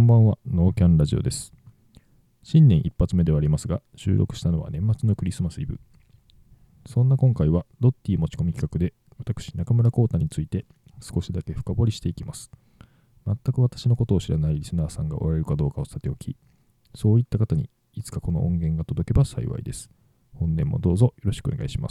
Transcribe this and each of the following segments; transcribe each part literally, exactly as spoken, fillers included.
ばんは、ノーキャンラジオです。新年一発目ではありますが、収録したのは年末のクリスマスイブ。そんな今回は、ドッティ持ち込み企画で、私、中村浩太について少しだけ深掘りしていきます。全く私のことを知らないリスナーさんがおられるかどうかをさておき、そういった方にいつかこの音源が届けば幸いです。本年もどうぞよろしくお願いします。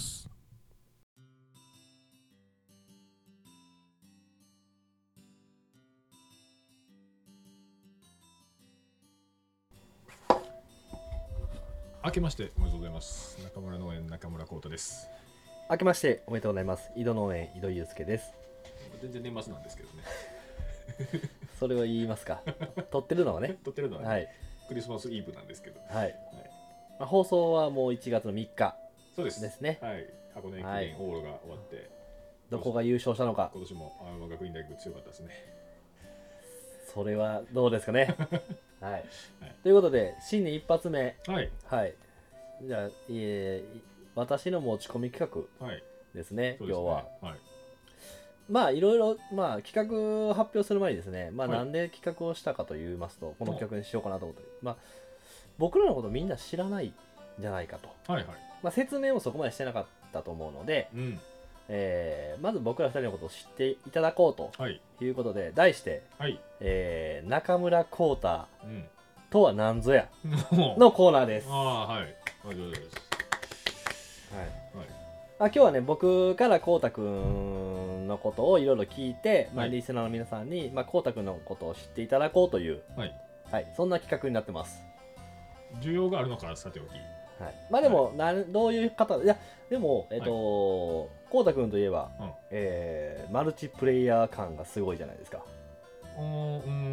明けましておめでとうございます。中村農園中村浩太です。 明けましておめでとうございます。井戸農園井戸祐介です。 全然年末なんですけどね。 それを言いますか。撮ってるのはね。 撮ってるのはね、はい、クリスマスイブなんですけど。 はい。はい、まあ、放送はもういちがつのみっかですね。 はい。 箱根駅伝往路が終わって、はい、 どこが優勝したのか。 今年も青山学院大学強かったですね。 それはどうですかね。はい、はい。ということで新年一発目。 はい。 はい。じゃあ、えー、私の持ち込み企画ですね。はい、今日は。はい。まあいろいろ、まあ、企画発表する前にですね、まあ、なんで企画をしたかと言いますと、はい、この企画にしようかなと思って、まあ、僕らのことみんな知らないんじゃないかと、はいはい、まあ、説明もそこまでしてなかったと思うので、うん、えー、まず僕らふたりのことを知っていただこうということで、はい、題して、はい、えー、中村浩太とは何ぞやのコーナーです。あ、はい、大丈夫です。はい、はい、あ、今日はね、僕から浩太くんのことをいろいろ聞いて、まあ、リスナーの皆さんに、まあ、浩太くんのことを知っていただこうという、はいはい、そんな企画になってます。 需要があるのかさておき、 はい、まあでも、はい、なん、どういう方、いやでも、えっと浩太くんといえば、うん、えー、マルチプレイヤー感がすごいじゃないですか。 うん、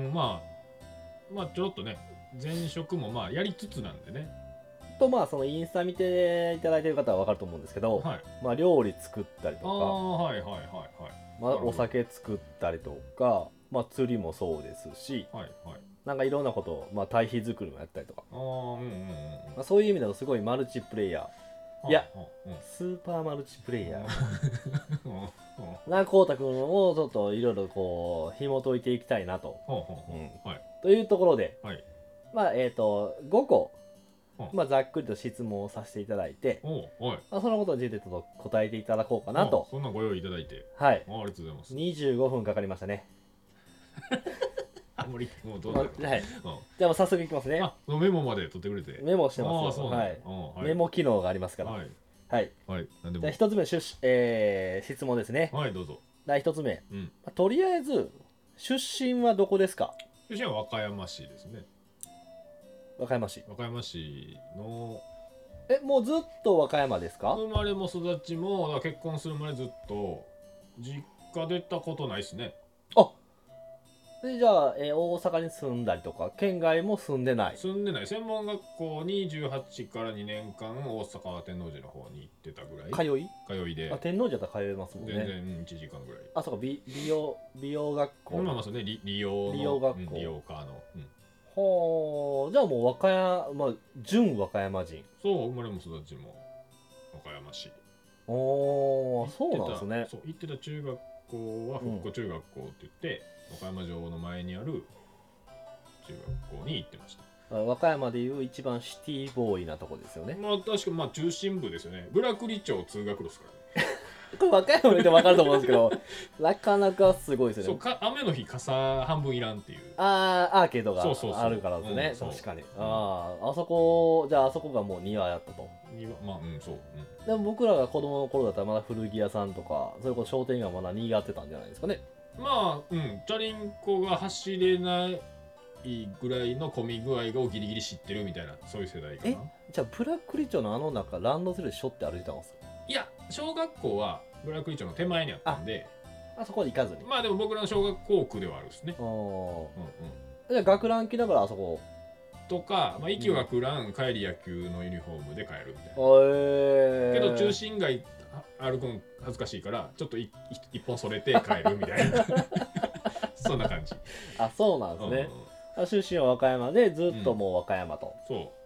まあまあちょっとね、前職もまあやりつつなんでね。 とまあそのインスタ見ていただいている方は分かると思うんですけど、はい、まあ料理作ったりとか、あ、はいはいはいはい、まあ、お酒作ったりとか、まあ釣りもそうですし、はいはい、なんかいろんなこと、まあ堆肥作りもやったりとか、あ、うんうんうん、まあ、そういう意味ではすごいマルチプレイヤー、いや、うん、スーパーマルチプレイヤーな浩太くんをちょっといろいろこう紐解いていきたいなと、うん、はい、というところで、はい、まあえっとごこ、まあ、ざっくりと質問をさせていただいて、まあ、そのことについてちょっと答えていただこうかなと。 そんなご用意いただいて、 はい、 ありがとうございます。 にじゅうごふんかかりましたね。 あ、もうもうどうだろう、 はい、じゃあもう早速いきますね。 あ、メモまで取ってくれて。 メモしてますよ。はい、はい、メモ機能がありますから。はいはいはい、なんでも。じゃあひとつめ、えー、質問ですね。 はい、どうぞ。 第ひとつめ、うん、まあ、とりあえず出身はどこですか？ 出身は和歌山市ですね。 和歌山市。 和歌山市の、 え、もうずっと和歌山ですか？ 生まれも育ちも、結婚するまでずっと実家出たことないですね。 あ、でじゃあ、えー、大阪に住んだりとか県外も住んでない？ 住んでない。専門学校にじゅうはちからにねんかん大阪天王寺の方に行ってたぐらい。 通い通いで。 あ、天王寺だったら通えますもんね。 全然いちじかんぐらい。 あ、そうか、美, 美容美容学校。 まあまあそうね、理理容の理容学校、 うん、理容科の、うん、 はあ、じゃあもう和歌山、まあ、純和歌山人。 そう、生まれも育ちも和歌山市。 おー、そうなんですね。 そう、行ってた中学校は復興中学校って言って、うん、和歌山城の前にある中学校に行ってました。 和歌山でいう一番シティボーイなとこですよね。 まあ確かまあ中心部ですよね。村栗町通学路ですからね。 これ和歌山で分かると思うんですけど、なかなかすごいですよね。 そうか、雨の日傘半分いらんっていう。 ああ、アーケードがあるからですね。そうそうそう、確かに。うん、ああ、あそこ、じゃああそこがもう庭やったと。 庭、まあ、うん、そう。うん、 でも僕らが子供の頃だったらまだ古着屋さんとか、それこそ商店街まだにぎわってたんじゃないですかね。 まあ、うん、チャリンコが走れないぐらいの混み具合をギリギリ知ってるみたいな、そういう世代かな。 え、じゃあブラックリ町のあの中ランドセルしょって歩いてたんですか？ いや、小学校はブラックリ町の手前にあったんで、 あ, あそこに行かずに。 まあでも僕らの小学校区ではあるですね。あ、うんうん、 じゃあ学ラン着ながらあそことか、まあ、息を学ラン、うん、帰り野球のユニフォームで帰るみたいな。えー、けど中心街歩くの恥ずかしいからちょっと一本それて帰るみたいなそんな感じ。 あ、そうなんですね。うん、出身は和歌山でずっともう和歌山と、うん、そう。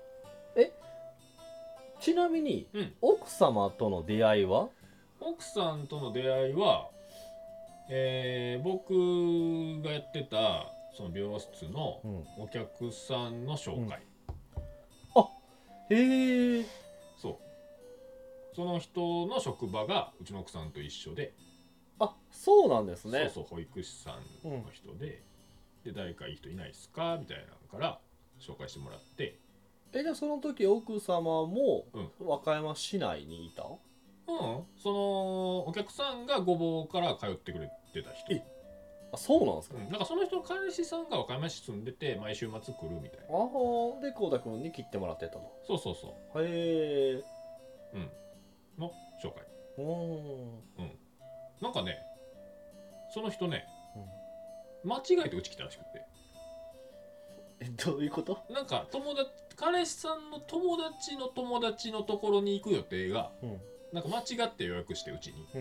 え、ちなみに、うん、奥様との出会いは？ 奥さんとの出会いは、えー、僕がやってたその美容室のお客さんの紹介、 うん、あへえそうその人の職場がうちの奥さんと一緒で、 あそうなんですね。 そうそう保育士さんの人で、うん、で誰かいい人いないですかみたいなのから紹介してもらって。 えじゃあその時奥様も和歌山市内にいた？ うん、そのお客さんが御坊から通ってくれてた人。 えあそうなんですか、 うん、なんかその人の彼氏さんが和歌山市住んでて毎週末来るみたいな。 ああでこうたくんに切ってもらってたの。 そうそうそう。 へえうんの紹介。 うんうんなんかねその人ね、うん、間違えてうち来たらしくて。 えどういうこと？ なんか友達彼氏さんの友達の友達のところに行く予定が、うん、なんか間違って予約してうちに、うん、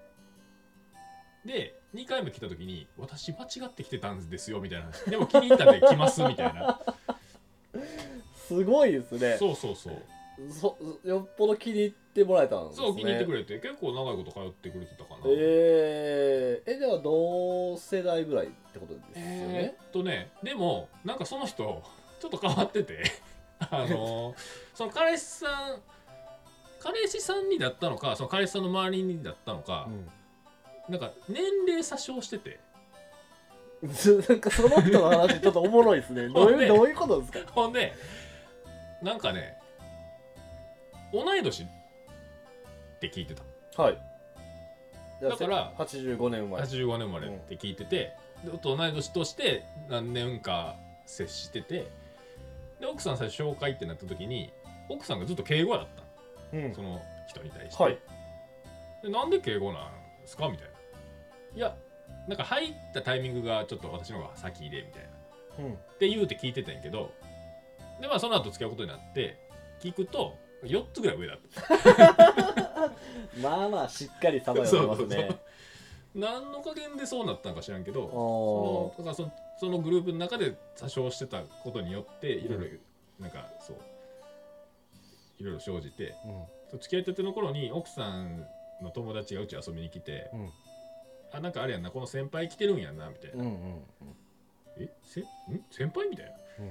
でにかいめ来た時に私間違って来てたんですよみたいなでも気に入ったんで来ますみたいなすごいですね。 そうそうそうそよっぽど気に入ってもらえたんですね。 そう気に入ってくれて結構長いこと通ってくれてたかな。 えー、えでは同世代ぐらいってことですよね。 えー、っとねでもなんかその人ちょっと変わっててあのその彼氏さん彼氏さんにだったのかその彼氏さんの周りにだったのか、うん、なんか年齢詐称しててなんかその人の話ちょっとおもろいですね。どういうどういうことですか？ ほんでなんかね同い年って聞いてた。はいだからはちじゅうごねん生まれはちじゅうごねん生まれって聞いてて、うん、で同い年として何年か接しててで奥さん最初紹介ってなった時に奥さんがずっと敬語だった、うん、その人に対して、はい、でなんで敬語なんですかみたいないやなんか入ったタイミングがちょっと私の方が先でみたいな、うん、って言うて聞いてたんやけどでまあその後付き合うことになって聞くとよっつぐらい上だったまあまあしっかりさば読めますね。そうそうそう何の加減でそうなったんか知らんけどそのだから そ, そのグループの中で詐称してたことによっていろいろなんかそういろいろ生じて、うん、付き合いたての頃に奥さんの友達がうち遊びに来て、うん、あなんかあれやんなこの先輩来てるんやんなみたいな、うんうんうん、えせん先輩みたいな、うん、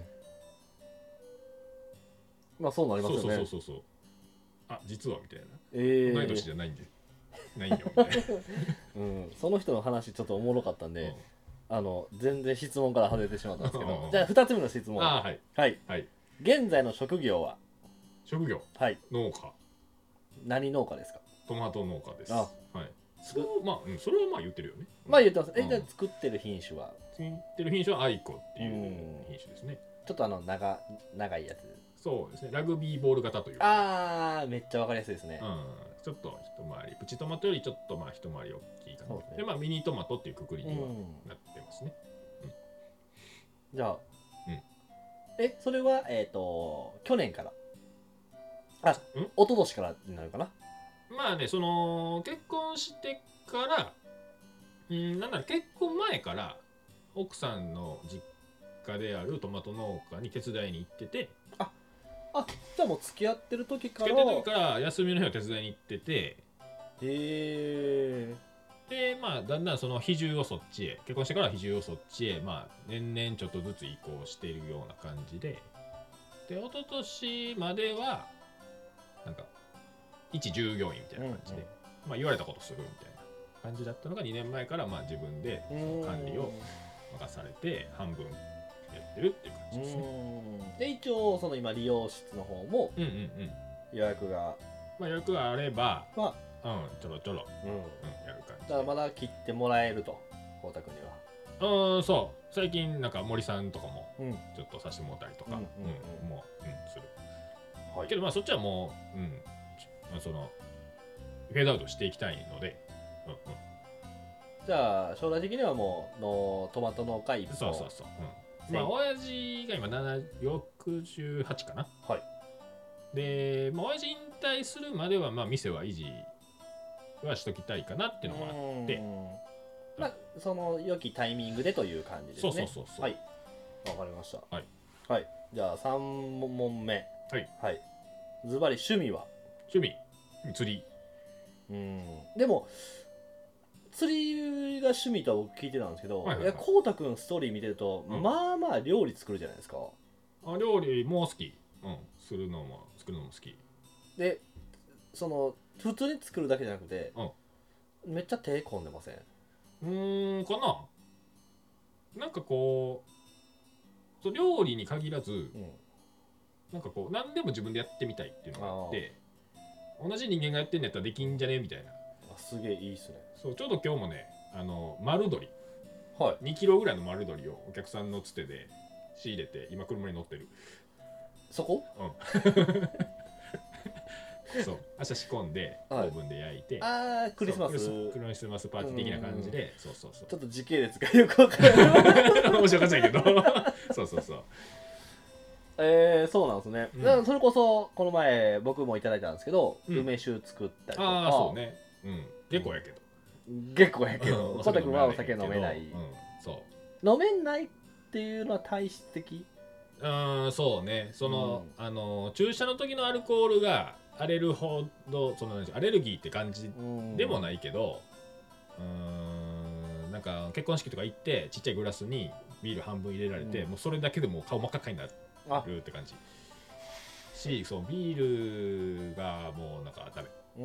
まあそうなりますよね。 そうそうそうそうあ実はみたいな、えー、同い年じゃないんでないよみたいな、 うん、その人の話ちょっとおもろかったんで、うん、あの全然質問から外れてしまったんですけどじゃあふたつめの質問。 あ、はいはい、はい、現在の職業は？ 職業、はい、農家。 何農家ですか？ トマト農家です。あ、はい。そうまあ、うん、それはまあ言ってるよね。 まあ言ってます。え、じゃあ作ってる品種は？ 作ってる品種はアイコっていう品種ですね。 ちょっとあの長長いやつ。 そうですね。ラグビーボール型というか。 ああ、めっちゃわかりやすいですね。 うん、ちょっと一回りプチトマトよりちょっとまあ一回り大きいかな。で, でまあミニトマトっていうくくりにはなってますね。うん、 じゃあ、うん、えそれはえっ、ー、と去年から。あ、一昨年からになるかな。 まあね、その結婚してから、うん、なんだろう結婚前から奥さんの実家であるトマト農家に手伝いに行ってて、 あ、あ、じゃあもう付き合ってる時から。 付き合ってる時から休みの日は手伝いに行ってて、へえ。 でまあだんだんその比重をそっちへ結婚してから比重をそっちへまあ年々ちょっとずつ移行しているような感じで、で一昨年まではなんか一従業員みたいな感じで、うんうん、まあ、言われたことするみたいな感じだったのがにねんまえからまあ自分でその管理を任されて半分やってるっていう感じですね。 で一応その今理容室の方も予約が、 まあ、予約があれば、まあ、うんちょろちょろ、うんうん、やる感じ。 だからまだ切ってもらえると光太くんには。うんそう最近なんか森さんとかもちょっとさせてもらったりとか、うんうんうん、もう、うん、する、はい、けどまあそっちはもう、うんまあ、そのフェードアウトしていきたいので、うんうん、 じゃあ将来的にはもうのトマト農家一本。 そうそうそう、うん、まあ親父が今ろくじゅうはちかな。はいで、まあ、親父引退するまではまあ店は維持はしときたいかなっていうのもあって、 まあその良きタイミングでという感じですね。 そうそうそうそう、 はいわかりました。はい、はい、じゃあさん問目。はい、はい、ズバリ趣味は？ 趣味釣り。 うんでも釣りが趣味とは僕聞いてたんですけど、 はいはいはい、 いやこうたくんストーリー見てると、うん、まあまあ料理作るじゃないですか。 あ、料理も好き、うん、するのも作るのも好きで、その普通に作るだけじゃなくて、 うん、 めっちゃ手込んでません？ うーんかな。なんかこうそう料理に限らず、うん、なんかこう何でも自分でやってみたいっていうのがあって、同じ人間がやってんのやったらできんじゃねみたいな。 あ、すげえいいっすね。 そう、ちょうど今日もね、あの丸鶏、 はい、 にキロぐらいの丸鶏をお客さんのつてで仕入れて今車に乗ってる。 そこ？ うんそう、朝仕込んでオーブンで焼いて、 はい、ああクリスマスクリスマスパーティー的な感じで、そうそうそう、 ちょっと時系列がよくわからない面白かったけどそうそうそう、 えー、そうなんですね、うん、だからそれこそこの前僕もいただいたんですけど、うん、梅酒作ったりとか。 ああそうね、うん、結構やけど結構やけどコタ君はお酒飲めない、うん、そう飲めないっていうのは体質的？ うん、そうね、その、うん、あの注射の時のアルコールが荒れるほどそのアレルギーって感じでもないけど、うーん、なんか結婚式とか行ってちっちゃいグラスにビール半分入れられて、うん、もうそれだけでもう顔真っ赤っかになるって感じし、そうビールがもうなんかダメ。うん、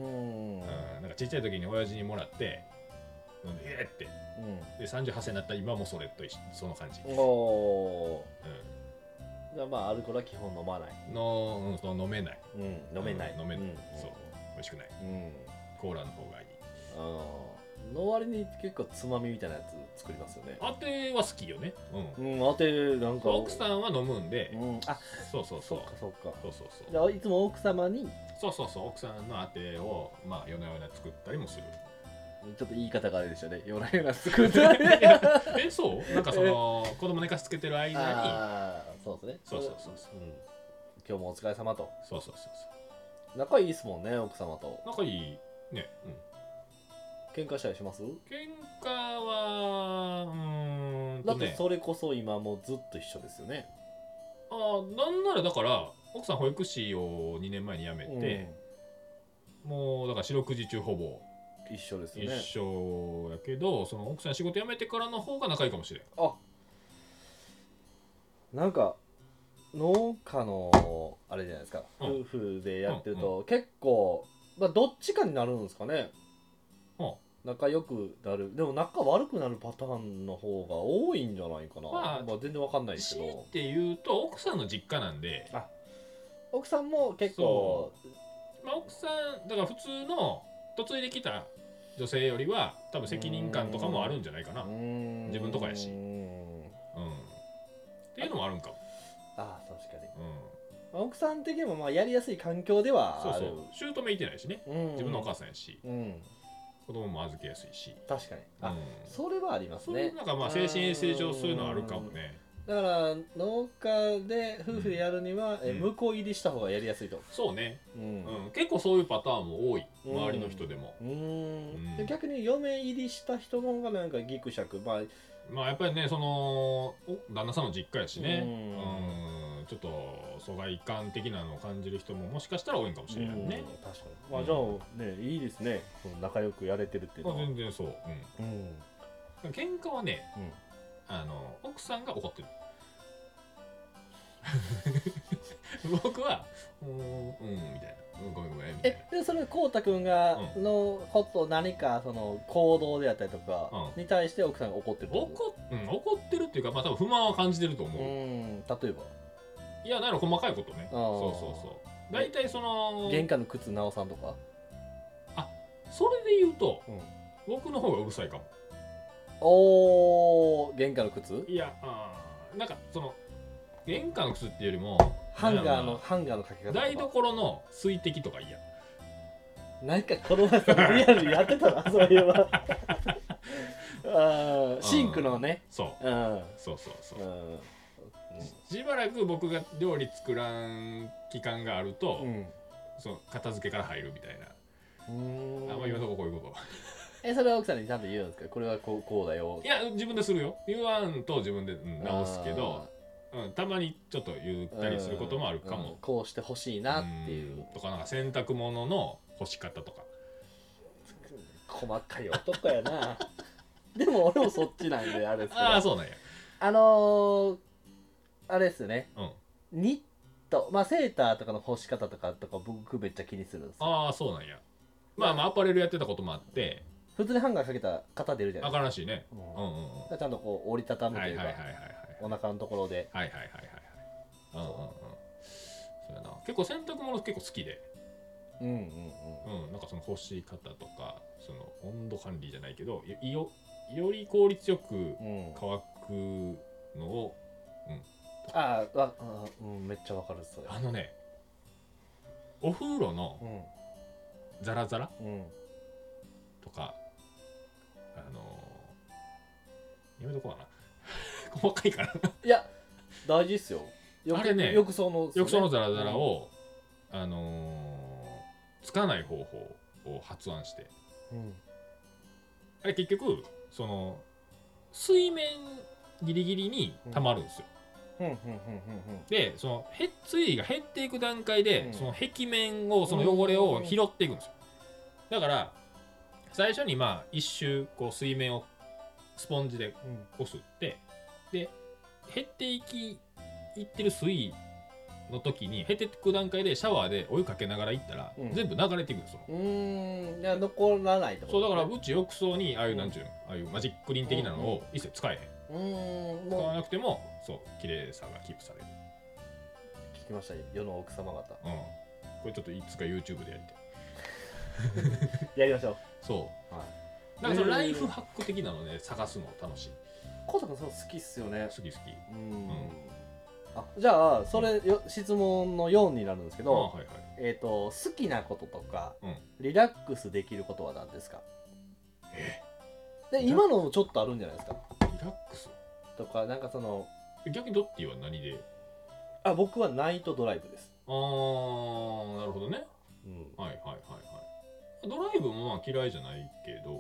なんかちっちゃい時に親父にもらって飲んでえーって、うん、でさんじゅうはっさいになった今もそれとその感じ。おー、 うん、じゃあまあアルコールは基本飲まないの、うん、飲めない、 うん、飲めない、 うん、飲めない、うん、そう美味しくない、うん、コーラの方がいい。 あの割に結構つまみみたいなやつ作りますよね。 あては好きよね。 うん、うん、あてなんか奥さんは飲むんで、うん、 あ、 そうそうそう、 そっかそっか、 そうそうそう、 じゃあいつも奥様に、 そうそうそう、奥さんのあてをまあ夜な夜な作ったりもする。 ちょっと言い方があれでしょうね、夜な夜な作ったりえ、そうなんかその子供寝かしつけてる間に、 ああそうですね、 そうそうそうそう、うん、 今日もお疲れ様と。 そうそうそうそう、 仲いいですもんね、奥様と。 仲いいね。うん。 喧嘩したりします？喧嘩はうーんと、ね、 だってそれこそ今もうずっと一緒ですよね。 ああ、なんならだから奥さん保育士をにねんまえに辞めて、うん、もうだから四六時中ほぼ一緒ですよね。 一緒やけど、その奥さん仕事辞めてからの方が仲いいかもしれん。 あ、なんか農家のあれじゃないですか、うん、夫婦でやってると、うんうん、結構、まあ、どっちかになるんですかね、うん、仲良くなる。でも仲悪くなるパターンの方が多いんじゃないかな、まあ、まあ全然わかんないですけど。 強いて言うと奥さんの実家なんで、 あ、奥さんも結構、 まあ、奥さんだから普通の嫁いできた女性よりは多分責任感とかもあるんじゃないかな、自分とかやし、うん、っていうのもあるんかも。 ああ確かに、うん、奥さん的にもまあやりやすい環境ではある。 そうそう、姑いてないしね、うん、自分のお母さんやし、うん、子供も預けやすいし。 確かに、あ、うん、それはありますね。 なんかまあ精神衛生上そういうのあるかもね。 だから農家で夫婦でやるには、うん、え向こう入りした方がやりやすいと。 そうね、うんうん、結構そういうパターンも多い、周りの人でも。うん、 うん、逆に嫁入りした人の方がなんかギクシャク、まあまあやっぱりね、その旦那さんの実家やしね、うん、ちょっと疎外感的なのを感じる人ももしかしたら多いかもしれないね。 確かに。まあじゃあね、いいですね、その仲良くやれてるっていうのは。 まあ、全然そう、うん、うん、喧嘩はね、うん、あの奥さんが怒ってる僕はうんうんみたいな、うん、ごめんごめんみたいな。 えでそれこうたくんがのこと何かその行動であったりとかに対して奥さんが怒ってるってこと？怒、うん、怒ってるっていうか、まあ多分不満は感じてると思う。うん、 例えばいや、なら細かいことね。そうそうそう、大体その玄関の靴直さんとか。 あ、それで言うと、うん、僕の方がうるさいかも。 おー、玄関の靴？ いや、あなんかその玄関の靴っていうよりもハンガーのハンガーのかけ方とか、 台所の水滴とか嫌。 なんかこの前さリアルにやってたなそういえばあシンクのね、 そう、うん、そうそうそう、うん、しばらく僕が料理作らん期間があると、うん、そう片付けから入るみたいな。うーん、あんま言わんとここういうことえ、それは奥さんにちゃんと言うんですか？これはこう、こうだよ。 いや、自分でするよ。言わんと自分で、うん、直すけど、うん、たまにちょっと言ったりすることもあるかも。うんうん、 こうしてほしいなっていう。 とか、なんか洗濯物の干し方とか。 細かい男やな。でも俺もそっちなんであれですけど、 ああそうなんや。 あのー、あれですよね、 うん、 ニット、まあセーターとかの干し方とかとか僕めっちゃ気にするんですよ。 ああそうなんや。まあまあアパレルやってたこともあって、 普通にハンガーかけたら型出るじゃないあからしいね。 ですか。 うんうんうん。 ちゃんとこう折りたたむというか、 はいはいはいはいはい。 お腹のところで。 はいはいはいはいはい。うんうんうん。そうやな。結構洗濯物結構好きで。 うんうんうん。 うん、なんかその干し方とか、その温度管理じゃないけど、よよより効率よく乾くのを、うん。うん、 ああ、わ、うん、めっちゃわかるそれ。 あのね、お風呂のザラザラ、うん、とか、あのー、やめとこうかな。細かいからいや大事っすよ。よあれね、 浴槽の、ね、 浴槽のザラザラを、うん、あのー、つかない方法を発案して、うん、あれ結局その水面ギリギリに溜まるんですよ、うんうんうんうんうん、でその水位が減っていく段階で、うん、その壁面をその汚れを拾っていくんですよ。だから最初にまあ一周こう水面をスポンジでこすって、うん、で減っていきいってる水位の時に減っていく段階でシャワーでお湯かけながらいったら、うん、全部流れていくんですよ。うーん、いや残らないと、 ね、そうだからうち浴槽にああいう、うん、なんちゅうのああいうマジックリン的なのを一切使えへん、うんうん、使わなくてもそう綺麗さがキープされる。 聞きましたよ世の奥様方、うん、 これちょっといつか YouTube でやりたいやりましょう。 そう、はい、なんかそのライフハック的なのね探すの楽しい。 コウタ君そう好きっすよね。 好き好き。うん、 うん、あじゃあそれ、うん、質問のよんになるんですけど、はいはい、えっ、ー、と好きなこととか、うん、リラックスできることは何ですか？えで今のもちょっとあるんじゃないですか？ リラックスとかなんかその逆にドッティは何で？ あ僕はナイトドライブです。 あーなるほどね、うん、はいはいはいはい。ドライブもまあ嫌いじゃないけど、うん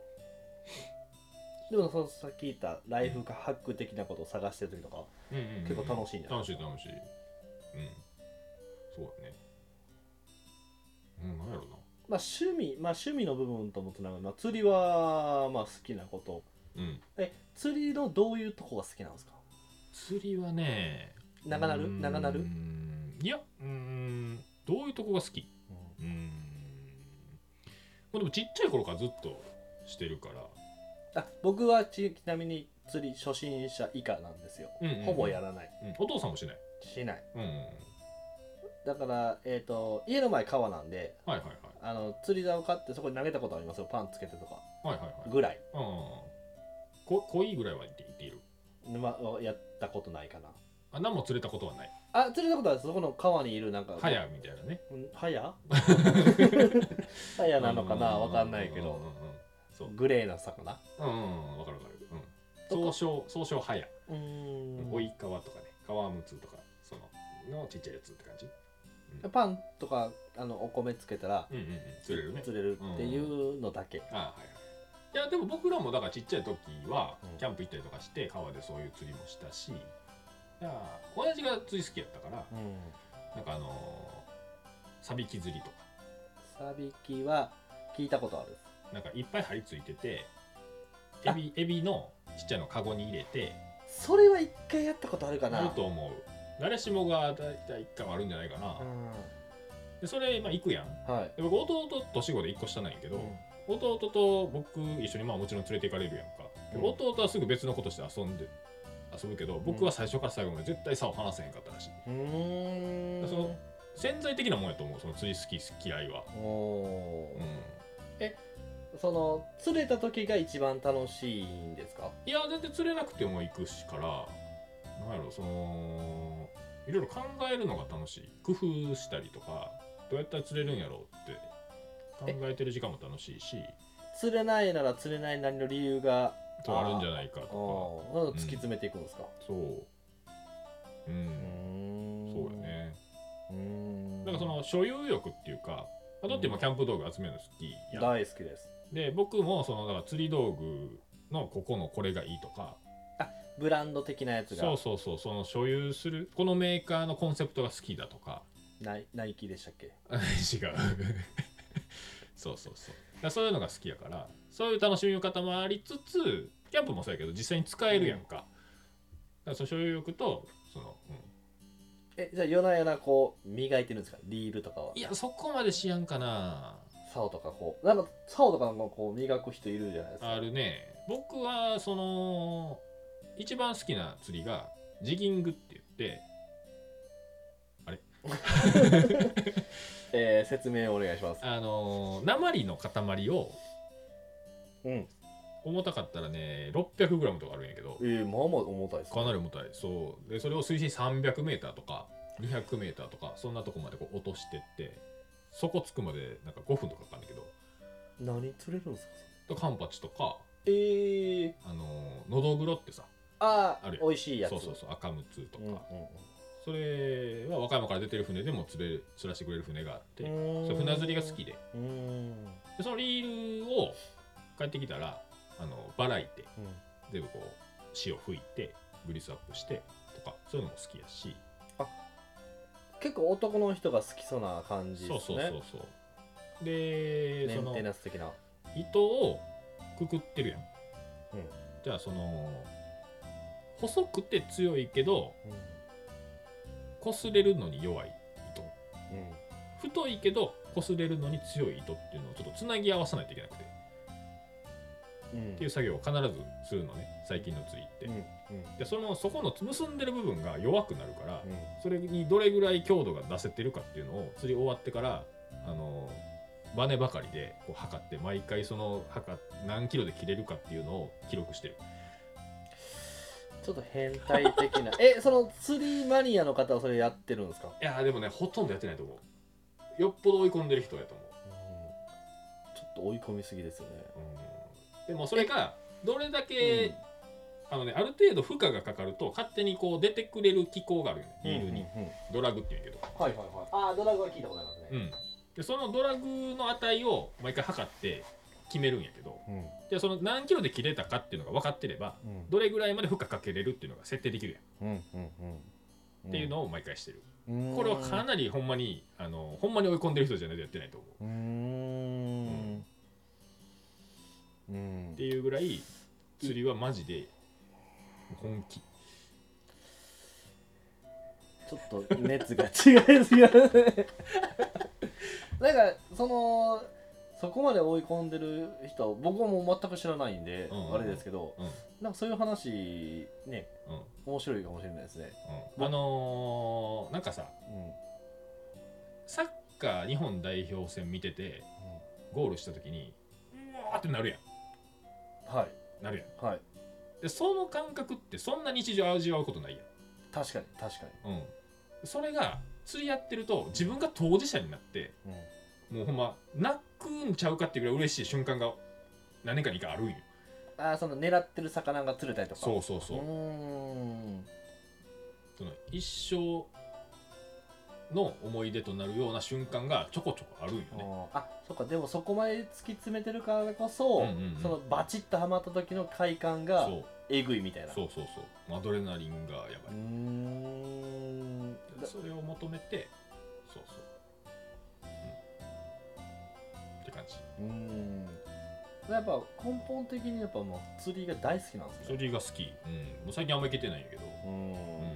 でもそのさっき言ったライフハック的なことを探してる時とか、うんうんうんうん、結構楽しいんじゃないですか？楽しい楽しい。うん。そうだね。うん、なんやろな。 まあ趣味、まあ趣味の部分ともつながる。まあ釣りはまあ好きなこと。うん。え、釣りのどういうとこが好きなんですか？ 釣りはね、 長なる長なる？ いや、うーん、どういうとこが好き？うん。うーん。まあでもちっちゃい頃からずっとしてるから。 あ僕はちなみに釣り初心者以下なんですよ、うんうんうん、ほぼやらない、 うん、お父さんもしないしない、うんうん、だから、えーと、家の前川なんで、はいはいはい、あの釣り竿を買ってそこに投げたことありますよ。パンつけてとか、はいはいはい、ぐらい、うん、 こ濃いぐらいは言って言っている、 ま、やったことないかな。 あ何も釣れたことはない。 あ釣れたことはそこの川にいるなんかハヤみたいなね、 ハヤハヤなのかなわかんないけど、そうグレーな魚、 うんうん分かる分かる、うん、総称総称ハヤ、うーん追い川とかね川ムツとかそののちっちゃいやつって感じ、 うん、パンとかあのお米つけたら、うんうんうん、 釣れるね釣れるっていうのだけ、うん、ああはいはい。いやでも僕らもだからちっちゃい時はキャンプ行ったりとかして川でそういう釣りもしたし、いや親父が釣り好きやったから、うん、なんかあのー、サビキ釣りとか。 サビキは聞いたことある。 なんかいっぱい針ついててエビエビのちっちゃいのカゴに入れて。 それは一回やったことあるかな。 あると思う。誰しもが大体一回はあるんじゃないかな、うん、でそれ、まあ、行くやん、はい、で僕弟年子でいっこ下なんやけど、うん、弟と僕一緒にまあもちろん連れて行かれるやんか、うん、弟はすぐ別のことして遊んで遊ぶけど僕は最初から最後まで絶対差を離せへんかったらしい。うーんその潜在的なもんやと思う、その釣り好き嫌いは。お、 うん、えその釣れた時が一番楽しいんですか？ いや全然釣れなくても行くしからなんやろそのいろいろ考えるのが楽しい。工夫したりとかどうやったら釣れるんやろうって考えてる時間も楽しいし、 釣れないなら釣れないなりの理由がとあるんじゃないかとか突き詰めていくんですか？ うん、そううん、そうやね。うーんなんかその所有欲っていうか、だって今キャンプ道具集めるの好きやん。 大好きです。 で僕もそのだから釣り道具のここのこれがいいとか、 あブランド的なやつが、 そうそうそう、その所有するこのメーカーのコンセプトが好きだとか。 ナイ、ナイキでしたっけ？ 違うそうそうそうらそういうのが好きやから、そういう楽しみ方もありつつ、キャンプもそうやけど実際に使えるやんか、うん、だからその所有欲とその、うん、 えじゃあ夜な夜なこう磨いてるんですか、リールとかは。 いやそこまでしやんかな。 竿とかこうなんか竿とかもこう磨く人いるじゃないですか。 あるね。僕はその一番好きな釣りがジギングって言って、あれえー、説明をお願いします。 あの鉛の塊を、 うん、 重たかったらね ろっぴゃくグラム とかあるんやけど、 えー、まあまあ重たいです、ね、 かなり重たい。そうでそれを水深さんびゃくメーターとかにひゃくメーターとかそんなとこまでこう落としてって、そこつくまでなんかごふんとかかかるんだけど。 何釣れるんですか。 カンパチとか、 えー、 あののどぐろってさ、 あある美味しいやつ。 そうそうそう、赤ムツとか、うんうんうん、それは和歌山から出てる船でも釣れる釣らせてくれる船があって、そ船釣りが好きで、うーんでそのリールを帰ってきたらあのばらいて、うん、全部こう塩吹いてグリスアップしてとか、そういうのも好きやし。 あ、結構男の人が好きそうな感じですね。 そうそうそうそう。でメンテナンス的な糸をくくってるやん、うん、じゃあその細くて強いけど、うん、擦れるのに弱い糸、うん、太いけど擦れるのに強い糸っていうのをちょっとつなぎ合わさないといけなくて、うん、っていう作業を必ずするのね、最近の釣りって、うんうん、でそのそこの結んでる部分が弱くなるから、うん、それにどれぐらい強度が出せてるかっていうのを釣り終わってからあのバネばかりでこう測って、毎回その測何キロで切れるかっていうのを記録してる。 ちょっと変態的なえその釣りマニアの方はそれやってるんですか。 いやでもねほとんどやってないと思う。よっぽど追い込んでる人やと思う、 うん、ちょっと追い込みすぎですよね、 うん、でもそれがどれだけ、うん、あのね、ある程度負荷がかかると勝手にこう出てくれる機構があるよね、リールに、うんうんうん、ドラグって言うけど、 はいはいはい、ああドラグは聞いたことありますね、うんでそのドラグの値を毎回測って決めるんやけど、うん、でその何キロで切れたかっていうのが分かってれば、うん、どれぐらいまで負荷かけれるっていうのが設定できるやん、うんうんうん、っていうのを毎回してる、うん、これはかなりほんまにあのほんまに追い込んでる人じゃないとやってないと思う、うーん、うん、っていうぐらい釣りはマジで本気。 ちょっと熱が違いすぎますねなんかそのそこまで追い込んでる人僕はもう全く知らないんで、うんうん、あれですけど、うん、なんかそういう話ね、うん、面白いかもしれないですね、 うん、あのー、なんかさ、うん、サッカー日本代表戦見てて、うん、ゴールした時にうわーってなるやん、はいなるやん、はい、でその感覚ってそんな日常味わうことないやん。 確かに確かに、うんそれが釣りやってると自分が当事者になって、うん、もうほんま泣くんちゃうかっていうぐらい嬉しい瞬間が何年かにかあるんよ。 ああその狙ってる魚が釣れたりとか。 そうそうそう。うーんその一生の思い出となるような瞬間がちょこちょこあるんよね。 あそっかでもそこまで突き詰めてるからこそ、うんうんうん、そのバチッとはまった時の快感がえぐいみたいな。 そうそうそうアドレナリンがやばい。うーんそれを求めてそうそう、うん、って感じ。うーんやっぱ根本的にやっぱもう釣りが大好きなんですね。 釣りが好き、うん、もう最近あんまり行けてないんやけど、うん、うんうん、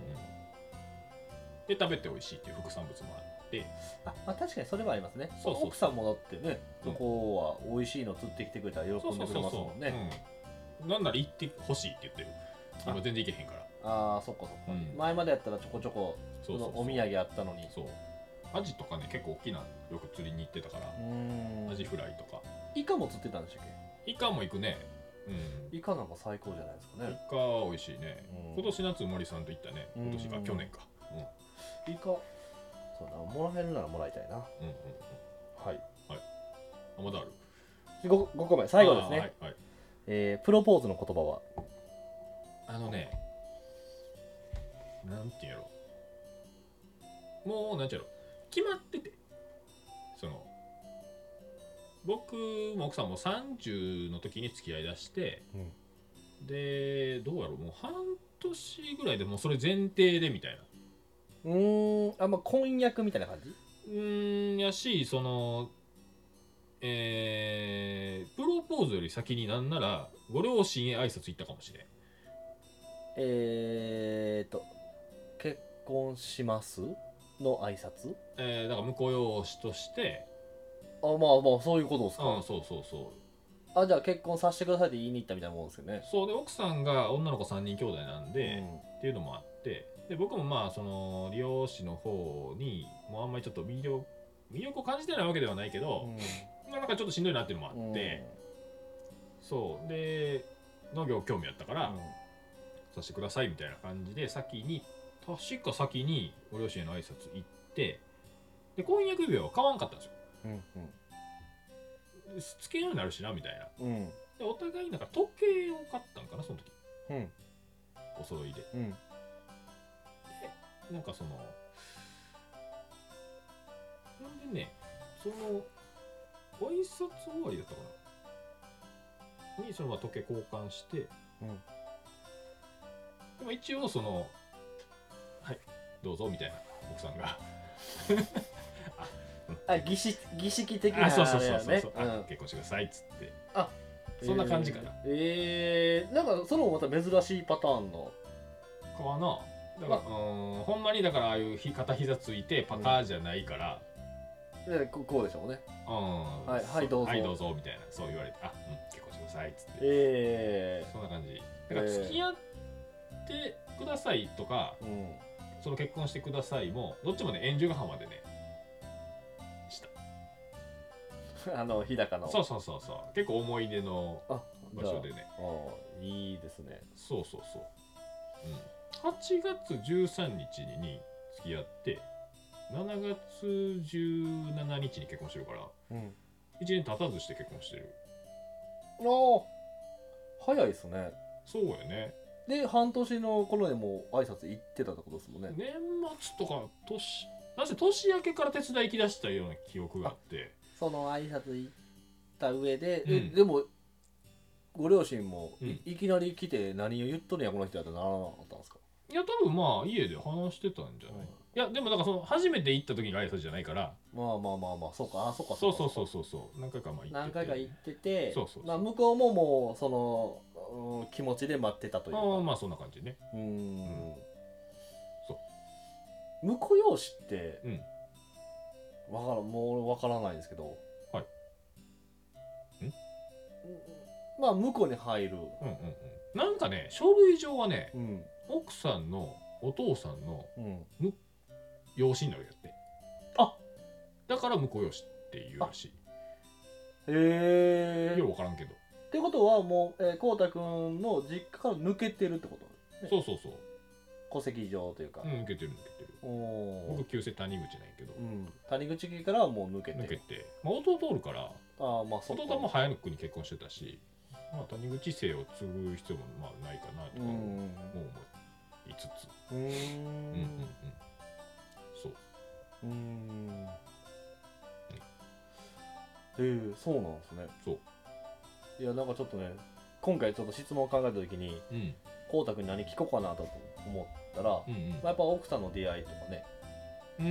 で食べて美味しいっていう副産物もあって、 あ、まあ、確かにそれはありますね。そうそうそう奥さんもだってね、うん、そこは美味しいの釣ってきてくれたら喜んでくれますもんね。 なんなら行ってほしいって言ってる。今全然行けへんから。 ああそっかそっか、うん、前までやったらちょこちょこそのお土産あったのに。 そうアジとかね結構大きなよく釣りに行ってたから、アジフライとか。 イカも釣ってたんでしたっけ。 イカも行くね、 うん、イカなんか最高じゃないですかね。 イカ美味しいね、うん、今年夏森さんと行ったね。今年か去年か、 うん、イカそうだもらえるならもらいたいな。うんうんうん、はいはい。 あまだある 5, 5個目最後ですね、はいはい。えー、プロポーズの言葉はあのねなんていうんやろもうなんていうやろ決まっててその僕も奥さんもさんじゅうの時に付き合いだして、うん、でどうやろうもう半年ぐらいでもうそれ前提でみたいな。うーんあんまあ、婚約みたいな感じ。 うーんやしそのえー、プロポーズより先になんならご両親へ挨拶行ったかもしれん。 えーと結婚しますの挨拶。 えー、だから婿養子として。 あ、まあまあそういうことですか。 うん、そうそうそう。 あ、じゃあ結婚させてくださいって言いに行ったみたいなもんですよね。 そうで、奥さんが女の子さんにん兄弟なんで、うん、っていうのもあって、で僕もまあその理容師の方にもうあんまりちょっと魅力魅力を感じてないわけではないけど、うん、なんかちょっとしんどいなっていうのもあって、うん、そうで農業興味あったから、うん、させてくださいみたいな感じで先に確か先にご両親への挨拶行って、で婚約指輪は買わんかったんですよ。うんうん、つけるようになるしなみたいな、うん、でお互いなんか時計を買ったんかなその時、うん、お揃いで、うん、でなんかそのなんでね、その挨拶終わりだったかなにそのまあ時計交換して、うん、でも一応そのはいどうぞみたいな奥さんがあ、儀式儀式的なあれ、ね、 そうそうそうそうそう、うん、結婚してくださいっつって、あ、そんな感じかな。 えー、えー、なんかそのまた珍しいパターンのかな。だから、うん、ほんまにだからああいう片膝ついてパカーじゃないから、 うん、でこうでしょうね。うん、はい、はい、どうぞはいどうぞみたいな、そう言われて、あ、うん、結婚してくださいっつって、えー、そんな感じだから付き合ってくださいとか、えー、その結婚してくださいもどっちもね円寿ヶ浜でねしたあの日高の、 そうそうそうそう、結構思い出の場所でね。 ああ、いいですね。 そうそうそう、うん、はちがつじゅうさんにちに付き合ってしちがつじゅうしちにちに結婚してるから、うん、いちねん経たずして結婚してる。 ああ、早いですね。 そうやね。 で半年の頃でもう挨拶行ってたってことですもんね。 年末とか年なぜ年明けから手伝い行きだしたような記憶があって、 その挨拶行った上で、うん、えでもご両親も い,、うん、いきなり来て何を言っとるんやこの人やったらならなかったんですか。 いや多分まあ家で話してたんじゃない、うん、いやでもなんかその初めて行った時の挨拶じゃないから、 まあまあまあまあそうか、あそうかそうそうそうそうそう何回かまあ行ってて何回か行ってて、 そうそうそう、 まあ、向こうももうその、うん、気持ちで待ってたというか、 あまあそんな感じね。うん、うん、 そう婿養子って、うん、わからもうわからないんですけど、はい、んまあ婿に入る、うんうんうん、 なんかね書類上はね、うん、奥さんのお父さんの、うん、養子になるやって、あだから婿養子っていうらしい。へえ。よく分からんけど。 ってことはもうこうたくんの実家から抜けてるってこと、 ね、そうそうそう。 戸籍上というか。 うん、抜けてる抜けてる。お僕旧姓谷口なんやけど、うん、 谷口家からはもう抜けて抜けて、まあ、弟おるから、 あまあ弟はもう早くに結婚してたし、まあ、谷口姓を継ぐ必要もまあないかなとかも思いつつ、うんうんうんうんそううーんへえそうなんですね。そういやなんかちょっとね今回ちょっと質問を考えた時にこうたくんに何聞こうかなと思ったら、うんうんまあ、やっぱ奥さんの出会いとかねうん、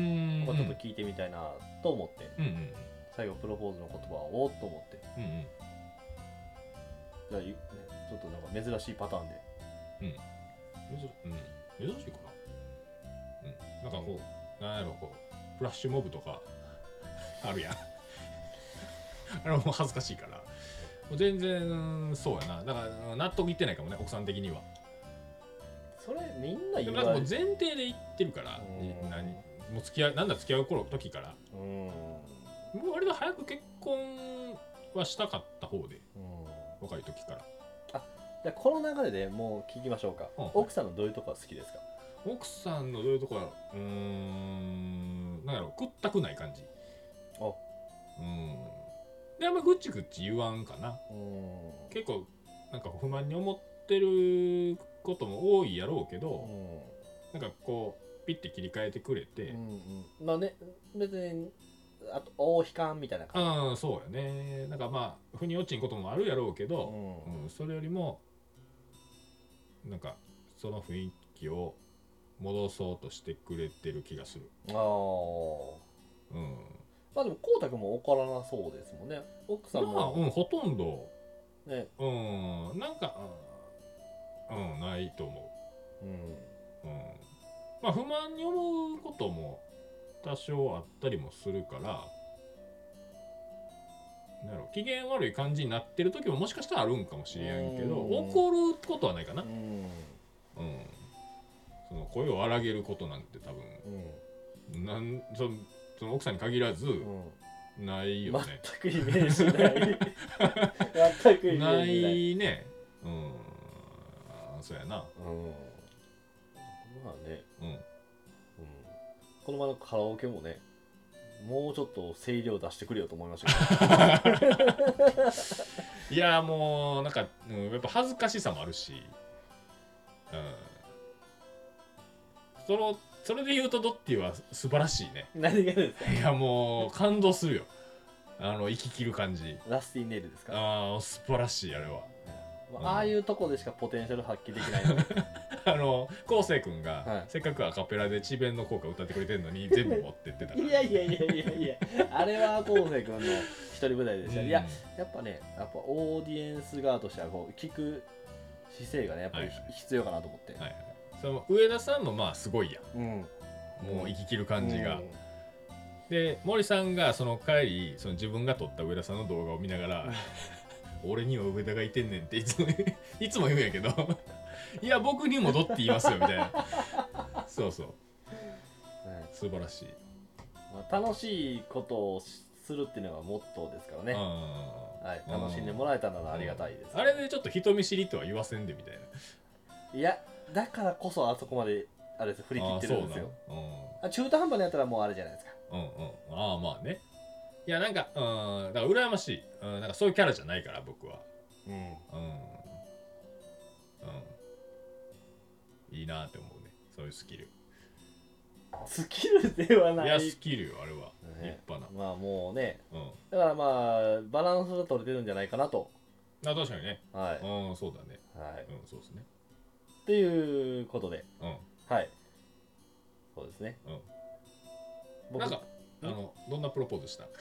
うん、ちょっと聞いてみたいなと思って、うんうん、最後プロポーズの言葉をおっと思って、うんうん、じゃあ、ね、ちょっとなんか珍しいパターンで、 うん珍、うん、珍しいかな、うん、なんかこうなんやろこうフラッシュモブとかあるやんあれも恥ずかしいから全然そうやな。だから納得いってないかもね奥さん的には。 それみんな言われる。もう前提で言ってるから、何もう付き合いなんだ付き合う頃時からうんもう割と早く結婚はしたかった方で若い時から。 あじゃあこの流れでもう聞きましょうか、うん、奥さんのどういうとこが好きですか。 奥さんのどういうところうーんなんやろくったくない感じ。あうんであんまぐっちぐっち言わんかな。うん結構なんか不満に思ってることも多いやろうけど、うん、なんかこうピッて切り替えてくれて、うんうん、まあね別にあと大悲観みたいな感じ。 ああそうやね。なんかまあ腑に落ちんこともあるやろうけど、うんうん、それよりもなんかその雰囲気を戻そうとしてくれてる気がする。ああうんまあでも光沢も怒らなそうですもんね。奥さんも、 まあ、うん、ほとんどね、 うんなんかうんないと思う。うん、うん、まあ不満に思うことも多少あったりもするから、なんやろ機嫌悪い感じになってる時ももしかしたらあるんかもしれんけど、怒ることはないかな。うん、うん、その声を荒げることなんて多分、うん、なんそのその奥さんに限らず、うん、ないよね。 全くイメージない全くイメージないないね。うん、そうやな。うん、 まあね、うん、うん、この前のカラオケもね、もうちょっと声量出してくれよと思いましたけどいやもうなんか、うん、やっぱ恥ずかしさもあるし、うん、そのそれで言うとドッティは素晴らしいね。 何がですか？ いやもう感動するよ、あの生き切る感じ。 ラスティネイルですか？ ああ素晴らしいあれは、 うん、ああいうとこでしかポテンシャル発揮できないのであの昴生君が、はい、せっかくアカペラで智弁の効果歌ってくれてるのに全部持ってってたからいやいやいやいやいやあれは昴生君の一人舞台でした、うん、いややっぱねやっぱオーディエンス側としてはこう聞く姿勢がねやっぱり、はい、必要かなと思って、はいはい、 その上田さんもまあすごいやん、うん、もう生き切る感じが、うん、で森さんがその帰りその自分が撮った上田さんの動画を見ながら俺には上田がいてんねんっていつもいつも言うんやけどいや僕にもドッティいますよみたいなそうそう、ね、素晴らしい、 まあ、楽しいことをするっていうのがモットーですからね、はい、楽しんでもらえたならありがたいです、 あれでちょっと人見知りとは言わせんでみたいないやだからこそあそこまであれです振り切ってるんですよ。あ、うん、中途半端なやったらもうあれじゃないですか。 うんうん。ああまあね。いやなんかうんだから羨ましい、うん、なんかそういうキャラじゃないから僕は。うんうんうん。いいなって思うね、そういうスキル。 スキルではない。 いやスキルよあれは、ね、立派な。まあもうね、うん、だからまあバランスが取れてるんじゃないかなと。 あ確かにね。 はい。 うんそうだね。 はい。 うんそうですね。 っていうことで、うん、はい。そうですね。 うん。なんかあのどんなプロポーズした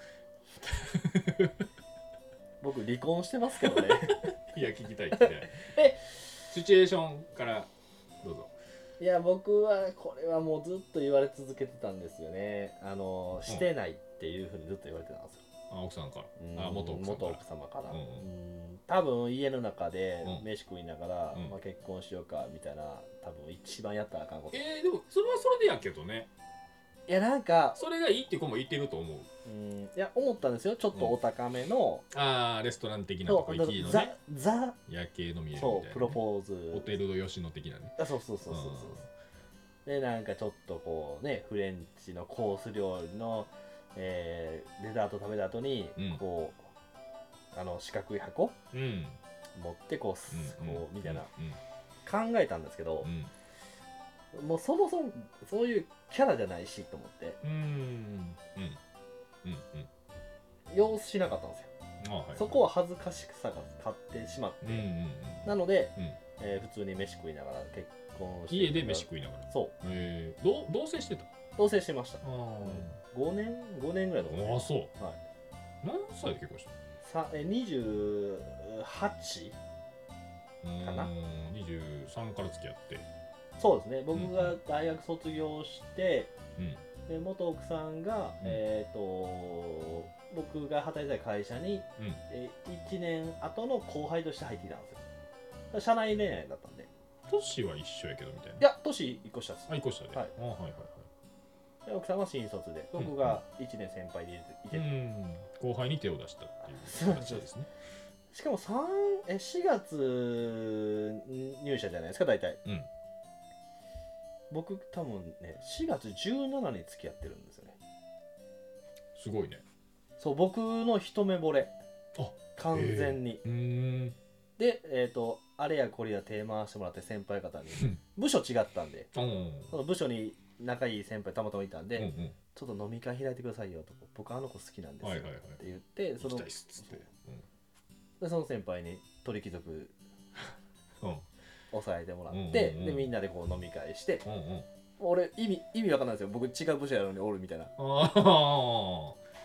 僕離婚してますけどねいや聞きたい聞きたいえシチュエーションからどうぞ。 いや僕はこれはもうずっと言われ続けてたんですよね。あのしてないっていうふうにずっと言われてたんですよ。 あ奥さんから、あ元奥元奥様から、うんうん、多分家の中で飯食いながら、うんまあ、結婚しようかみたいな多分一番やったらあかんこと。 えー、でもそれはそれでやけどね。 いやなんかそれがいいっていう子もいてると思う。 うんいや思ったんですよ、ちょっとお高めの、 うん、ああレストラン的なとこ行きのねザザ夜景の見えるみたいな、ね、 そうプロポーズホテルの吉野的なね。 あそうそうそうそうそう、うん、でなんかちょっとこうねフレンチのコース料理の、えー、デザート食べた後に、うん、こうあの四角い箱、うん、持ってこう、うん、こうみたいな、うん、考えたんですけど、うん、もうそもそもそういうキャラじゃないしと思ってうんうんうんうん様子しなかったんですよ。あ、はいはい、そこは恥ずかしさが勝ってしまって、うんうんうん、なので、うんえー、普通に飯食いながら結婚して家で飯食いながらそう、 えー、ど同棲してた同棲してました。うん、ごねんごねんぐらいのああそう、はい、何歳で結婚したさえにじゅうはちかなにじゅうさんから付き合ってそうですね僕が大学卒業して、うん、で元奥さんが、うん、えー、と僕が働いてた会社に、うんえー、いちねんごの後輩として入っていたんですよ。社内恋愛だったんで年は一緒やけどみたいな。 いや年いっこ下です。 あいっこ下で、はい、あはいはいはい。 で奥さんは新卒で僕がいちねん先輩でいて、うん、 後輩に手を出したっていう形ですね。 しかもさんえしがつ入社じゃないですか大体、うん、僕多分ねしがつじゅうしちに付き合ってるんですよね。 すごいね。 そう僕の一目惚れ完全に、えー、でえっ、ー、とあれやこれや手回してもらって先輩方に部署違ったんでその部署に仲いい先輩たまたまいたんで、うんうん、ちょっと飲み会開いてくださいよと僕あの子好きなんですよって言って、はいはいはい、そのでその先輩に鳥貴族、うん、抑えてもらって、うんうんうん、でみんなでこう飲み会して、うんうん、俺意味意味わかんないですよ僕違う部署やのにおるみたいな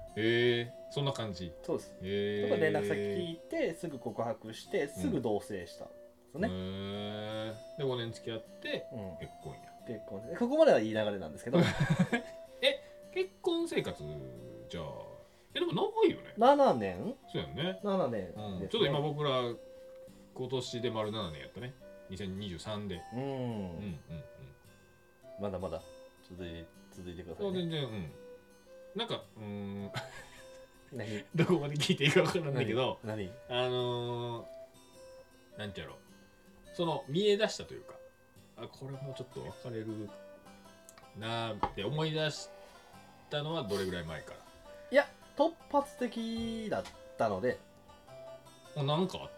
へえそんな感じ。 そうです。 へとか連絡先聞いてすぐ告白してすぐ同棲したんですね、 うん、へえでごねん付き合って、うん、結婚や。 結婚でここまではいい流れなんですけどえ結婚生活じゃあえでも長いよね。 ななねん。 そうやね。 ななねんです、ね、 うん、ちょっと今僕ら今年で丸ななねんやったね。にせんにじゅうさんで。うんうんうんうん。 まだまだ続い続いてください、ね。 全然うん。なんかうーん何どこまで聞いていいか分からないけど、 何あのー、なんてやろうその見え出したというか、あこれもうちょっと別れるなーって思い出したのはどれぐらい前から？ いや突発的だったので。 あなんかあった？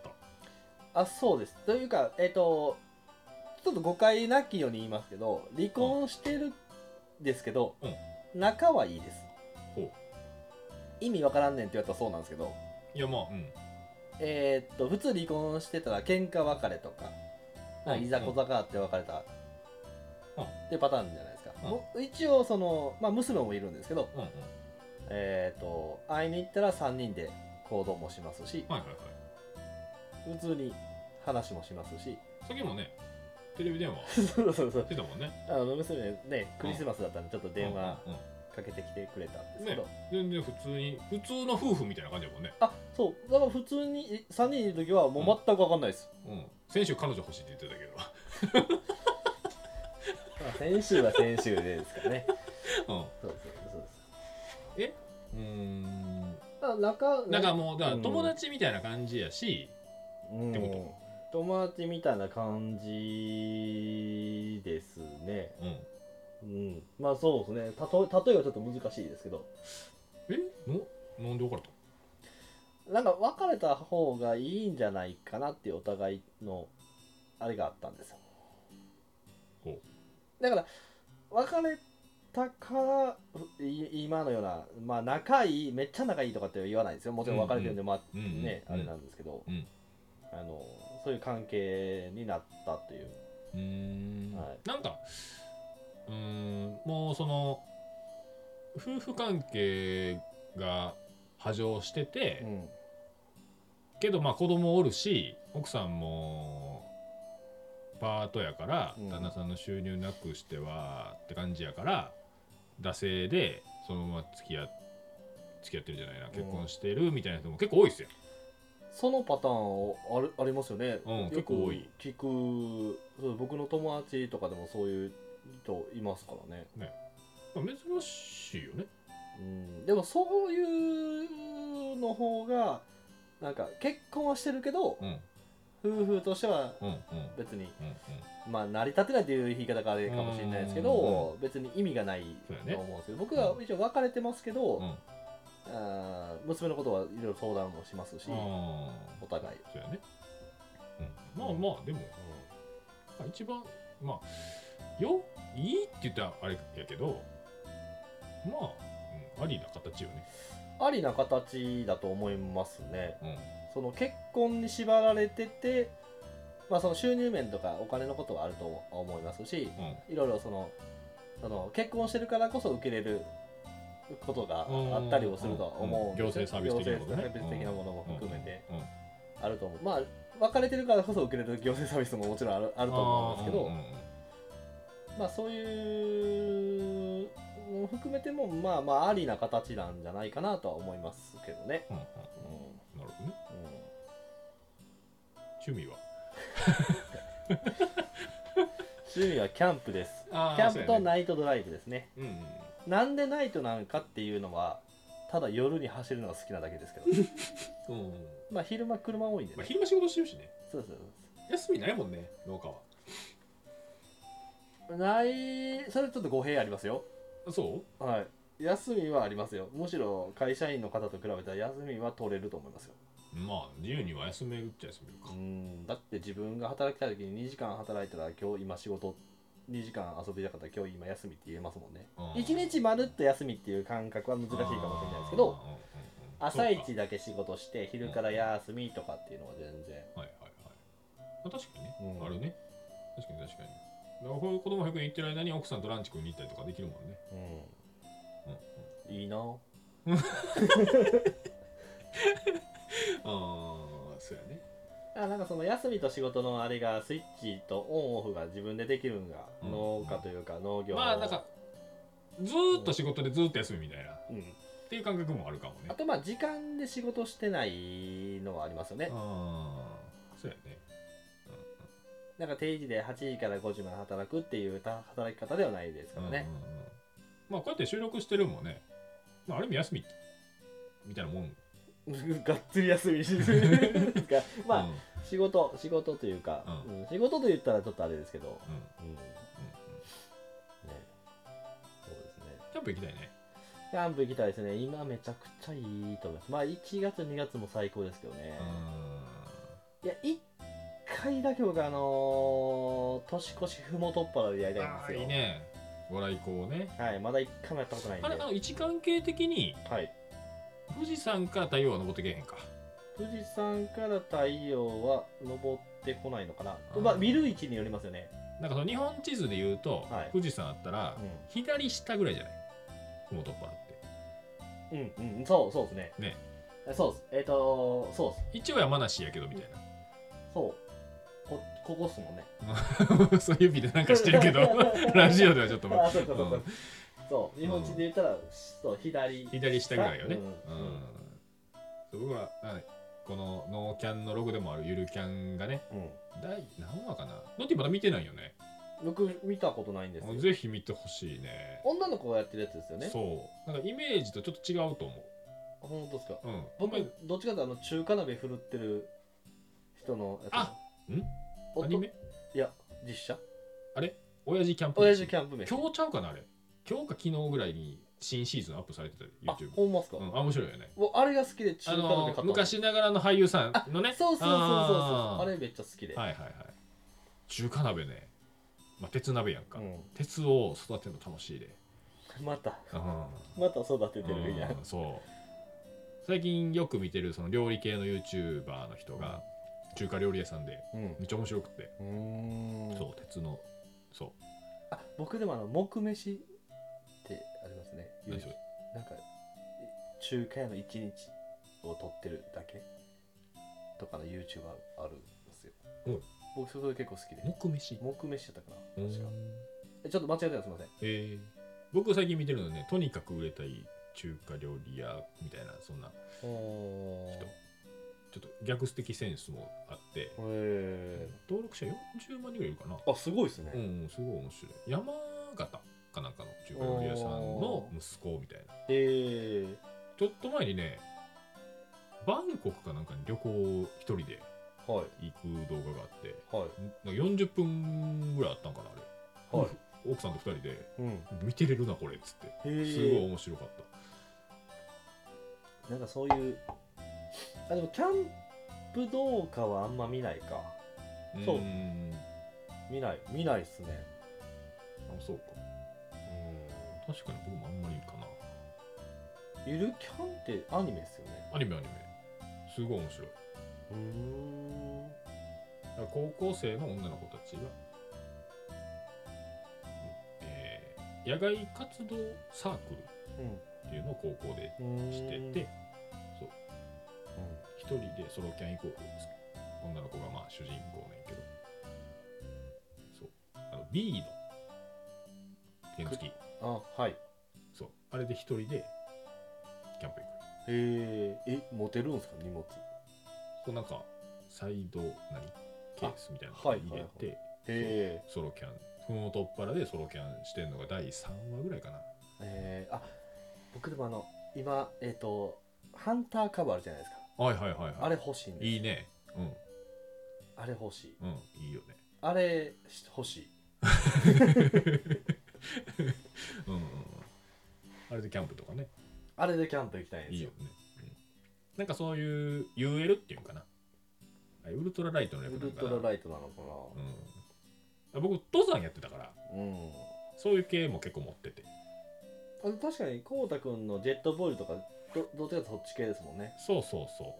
あそうです。というかえっ、ー、とちょっと誤解なきように言いますけど離婚してるんですけど、うん、仲はいいです。ほう意味わからんねんって言われたらそうなんですけど、 いやまあうんえー、っと普通離婚してたら喧嘩別れとか、うん、いざこざがあって別れた、うん、っていうパターンじゃないですか、うん、一応その、まあ、娘もいるんですけど、うんうん、えー、っと会いに行ったらさんにんで行動もしますし、はいはいはい、普通に話もしますし、 さっきもねテレビ電話そうそうそうしてたもんね。 あの娘ねクリスマスだったんでちょっと電話かけてきてくれたんですけど、ね、 全然普通に普通の夫婦みたいな感じだもんね。 あそうだから普通にさんにんいる時はもう全く分かんないです、うんうん、 先週彼女欲しいって言ってたけどまあ先週は先週ですからね、うん、そうそうそうです。えうーんあ仲なんかもうだから友達みたいな感じやし、うん、ってこと友達みたいな感じですね。うん。うん、まあそうですね。たと例えはちょっと難しいですけど。 えのなんで別れた？なんか別れた方がいいんじゃないかなっていうお互いのあれがあったんですよ。ほう。だから別れたから今のようなまあ仲いいめっちゃ仲いいとかって言わないですよ。もちろん別れてるんで、うんうん、まあね、うんうん、あれなんですけど。うん、あのそういう関係になったという。うーん、はい、なんかうーんもうその夫婦関係が波状してて、うん、けどまあ子供おるし奥さんもパートやから、うん、旦那さんの収入なくしてはって感じやから惰性でそのまま付き合付き合ってるじゃないな結婚してるみたいな人も結構多いですよ。 そのパターンあるありますよね、 うん、結構多い。 聞くそう僕の友達とかでもそういう人いますからね。ね珍しいよね。 うん、でもそういうの方がなんか結婚はしてるけど、うん、夫婦としては別に、うんうん、まあ成り立てないという言い方があれかもしれないですけど、別に意味がないと思うんですけど、僕は一応別れてますけど、うん、あ娘のことはいろいろ相談もしますし、お互い。 そうやね。うん、まあまあでも、うん、一番まあよいいって言ったらあれやけど、まあ、うん、ありな形よね。 ありな形だと思いますね。うん、その結婚に縛られてて、まあその収入面とかお金のことはあると思いますし、うん、いろいろそのその結婚してるからこそ受けれることがあったりをするとは思うんですよ、うんうん、行政サービス的なもの、ね、行政サービス的なものも含めてあると思う。まあ別れてるからこそ受けれる行政サービスももちろんある、あると思うんですけど、まあそういうのを含めてもまあまあありな形なんじゃないかなとは思いますけどね。うんうんうん、なるほどね。 うん、趣味は趣味はキャンプです。キャンプとナイトドライブですね。うんうん、なんでナイトなんかっていうのはただ夜に走るのが好きなだけですけど、うん、まあ昼間車多いんで、ね、 まあ、昼間仕事してるしね。 そうそうそう、 休みないもんね農家は。 ない、それちょっと語弊ありますよ。 そう、 はい、休みはありますよ。むしろ会社員の方と比べたら休みは取れると思いますよ。 まあ自由には休めるっちゃ休めるか。 うん、だって自分が働きたい時ににじかん働いたら今日今仕事にじかん遊びたかったら今日今休みって言えますもんね。いちにちまるっと休みっていう感覚は難しいかもしれないですけど、朝一だけ仕事して昼から休みとかっていうのは全然、はいはいはい、 確かにね、うん、あるね。確かに確かに。だから子供保育園行ってる間に奥さんとランチ食いに行ったりとかできるもんね。うん、 うんうん、いいな。 ああ、そうやね。 あ、なんかその休みと仕事のあれがスイッチとオンオフが自分でできるんが、うん、農家というか農業。 まあなんかずーっと仕事でずーっと休みみたいな、うん、っていう感覚もあるかもね。 あとまあ時間で仕事してないのはありますよね。 ああ、そうやね。 うんうん、なんか定時ではちじからごじまで働くっていう働き方ではないですからね。 うんうんうん、まあこうやって収録してるもんね。まあある意味休みみたいなもん。 がっつり休みですか。まあ、うん、仕事仕事というか、うんうん、仕事と言ったらちょっとあれですけど、うんうんうん、ね、そうですね。 キャンプ行きたいね。 キャンプ行きたいですね。今めちゃくちゃいいと思います。まあいちがつにがつも最高ですけどね。いやいっかいだけ僕あのー、年越しふもとっぱらでやりたいんですよ。 あ、いいね。ご来光ね。 はい、まだいっかいもやったことないんで。 あれ、あの位置関係的に、はい、富士山から太陽は登ってけへんか。 富士山から太陽は登ってこないのかな。まあ見る位置によりますよね。 なんかその日本地図で言うと、はい、富士山あったら、うん、左下ぐらいじゃない。ふもとっぱらって。 うんうん、そうそうですね。ね。そうです。えっ、ー、とそうです。 一応山梨やけどみたいな。 そう。こここっすもんね。 そういう意味でなんかしてるけど、ラジオではちょっと。 あ、そうかそうか。うん、そう、日本地で言ったら、うん、そう左左下ぐらいよね。うん。うん、そう僕はこのノーキャンのログでもあるゆるキャンがね、うん、第何話かな。ノッティまだ見てないよね。 僕見たことないんですよ。 ぜひ見てほしいね。 女の子がやってるやつですよね。 そう。なんかイメージとちょっと違うと思う。 本当ですか。うん。僕どっちかというとあの中華鍋振るってる人のやつ。 あ、ん？アニメ？ いや実写。 あれ？親父キャンプ。 親父キャンプ飯。 今日ちゃうかなあれ。今日か昨日ぐらいに新シーズンアップされてた YouTube。 あ、ほんまっすか。 うん、あ、面白いよね。 あれが好きで中華鍋買った。 あのー、昔ながらの俳優さんのね。 そうそうそうそうそう。あれめっちゃ好きで。 はいはいはい。中華鍋ね。まあ、鉄鍋やんか、うん、鉄を育てるの楽しいで。 また、うん、また育ててるやん、 うん、そう最近よく見てるその料理系の YouTuber の人が中華料理屋さんで、うん、めっちゃ面白くて、うん、そう鉄のそうあ僕でもあの木飯ってありますね。何それ。なんか中華屋の一日を撮ってるだけとかの YouTuber あるんですよ、うん、僕それ結構好きで。 木飯木飯だったかな確か。えちょっと間違えたらすみません。 えー、僕最近見てるのね、とにかく売れたい中華料理屋みたいなそんな人、ちょっと逆的センスもあって、登録者よんじゅうまんにんぐらいいるかな。 あ、すごいですね。 うん、すごい面白い。山形かなんかの中華料理屋さんの息子みたいな。へえ。ちょっと前にね、バンコクかなんかに旅行一人で行く動画があって、はい、なんかよんじゅっぷんぐらいあったんかなあれ。はい。奥さんとふたりで、うん、見てれるなこれっつってすごい面白かった。 なんかそういうあでもキャンプ動画はあんま見ないか。そう見ない見ないっすね。 あそうか。うん確かに僕もあんまりかな。 ゆるキャンってアニメっすよね。 アニメアニメすごい面白い。うーん高校生の女の子たちが野外活動サークルっていうのを高校でしてて、そう、一人でソロキャン行こうって女の子がまあ主人公ねんけど、そうあの B の原付き、 あはいそうあれで一人でキャンプ行く。 へええ持てるんですか荷物。 そうなんかサイド何ケースみたいなのに入れて、はいはいはい、ソロキャンふもとっぱらでソロキャンしてんのがだいさんわぐらいかな。 えー、あ僕でもあの今えっ、ー、とハンターカバーあるじゃないですか。 はいはいはい、はい、 あれ欲しいんです。 いいね。うんあれ欲しい。 うんいいよね。 あれ欲しいうん、うん、あれでキャンプとかね。 あれでキャンプ行きたいんですよ。 いいよね、うん、なんかそういう ユーエル っていうのかな、ウルトラライトの略なんかな。 ウルトラライトなのかな、 うん、僕登山やってたから、うん、そういう系も結構持ってて。 あ確かにこうたくんのジェットボイルとか ど, どっちかとそっち系ですもんね。 そうそうそう。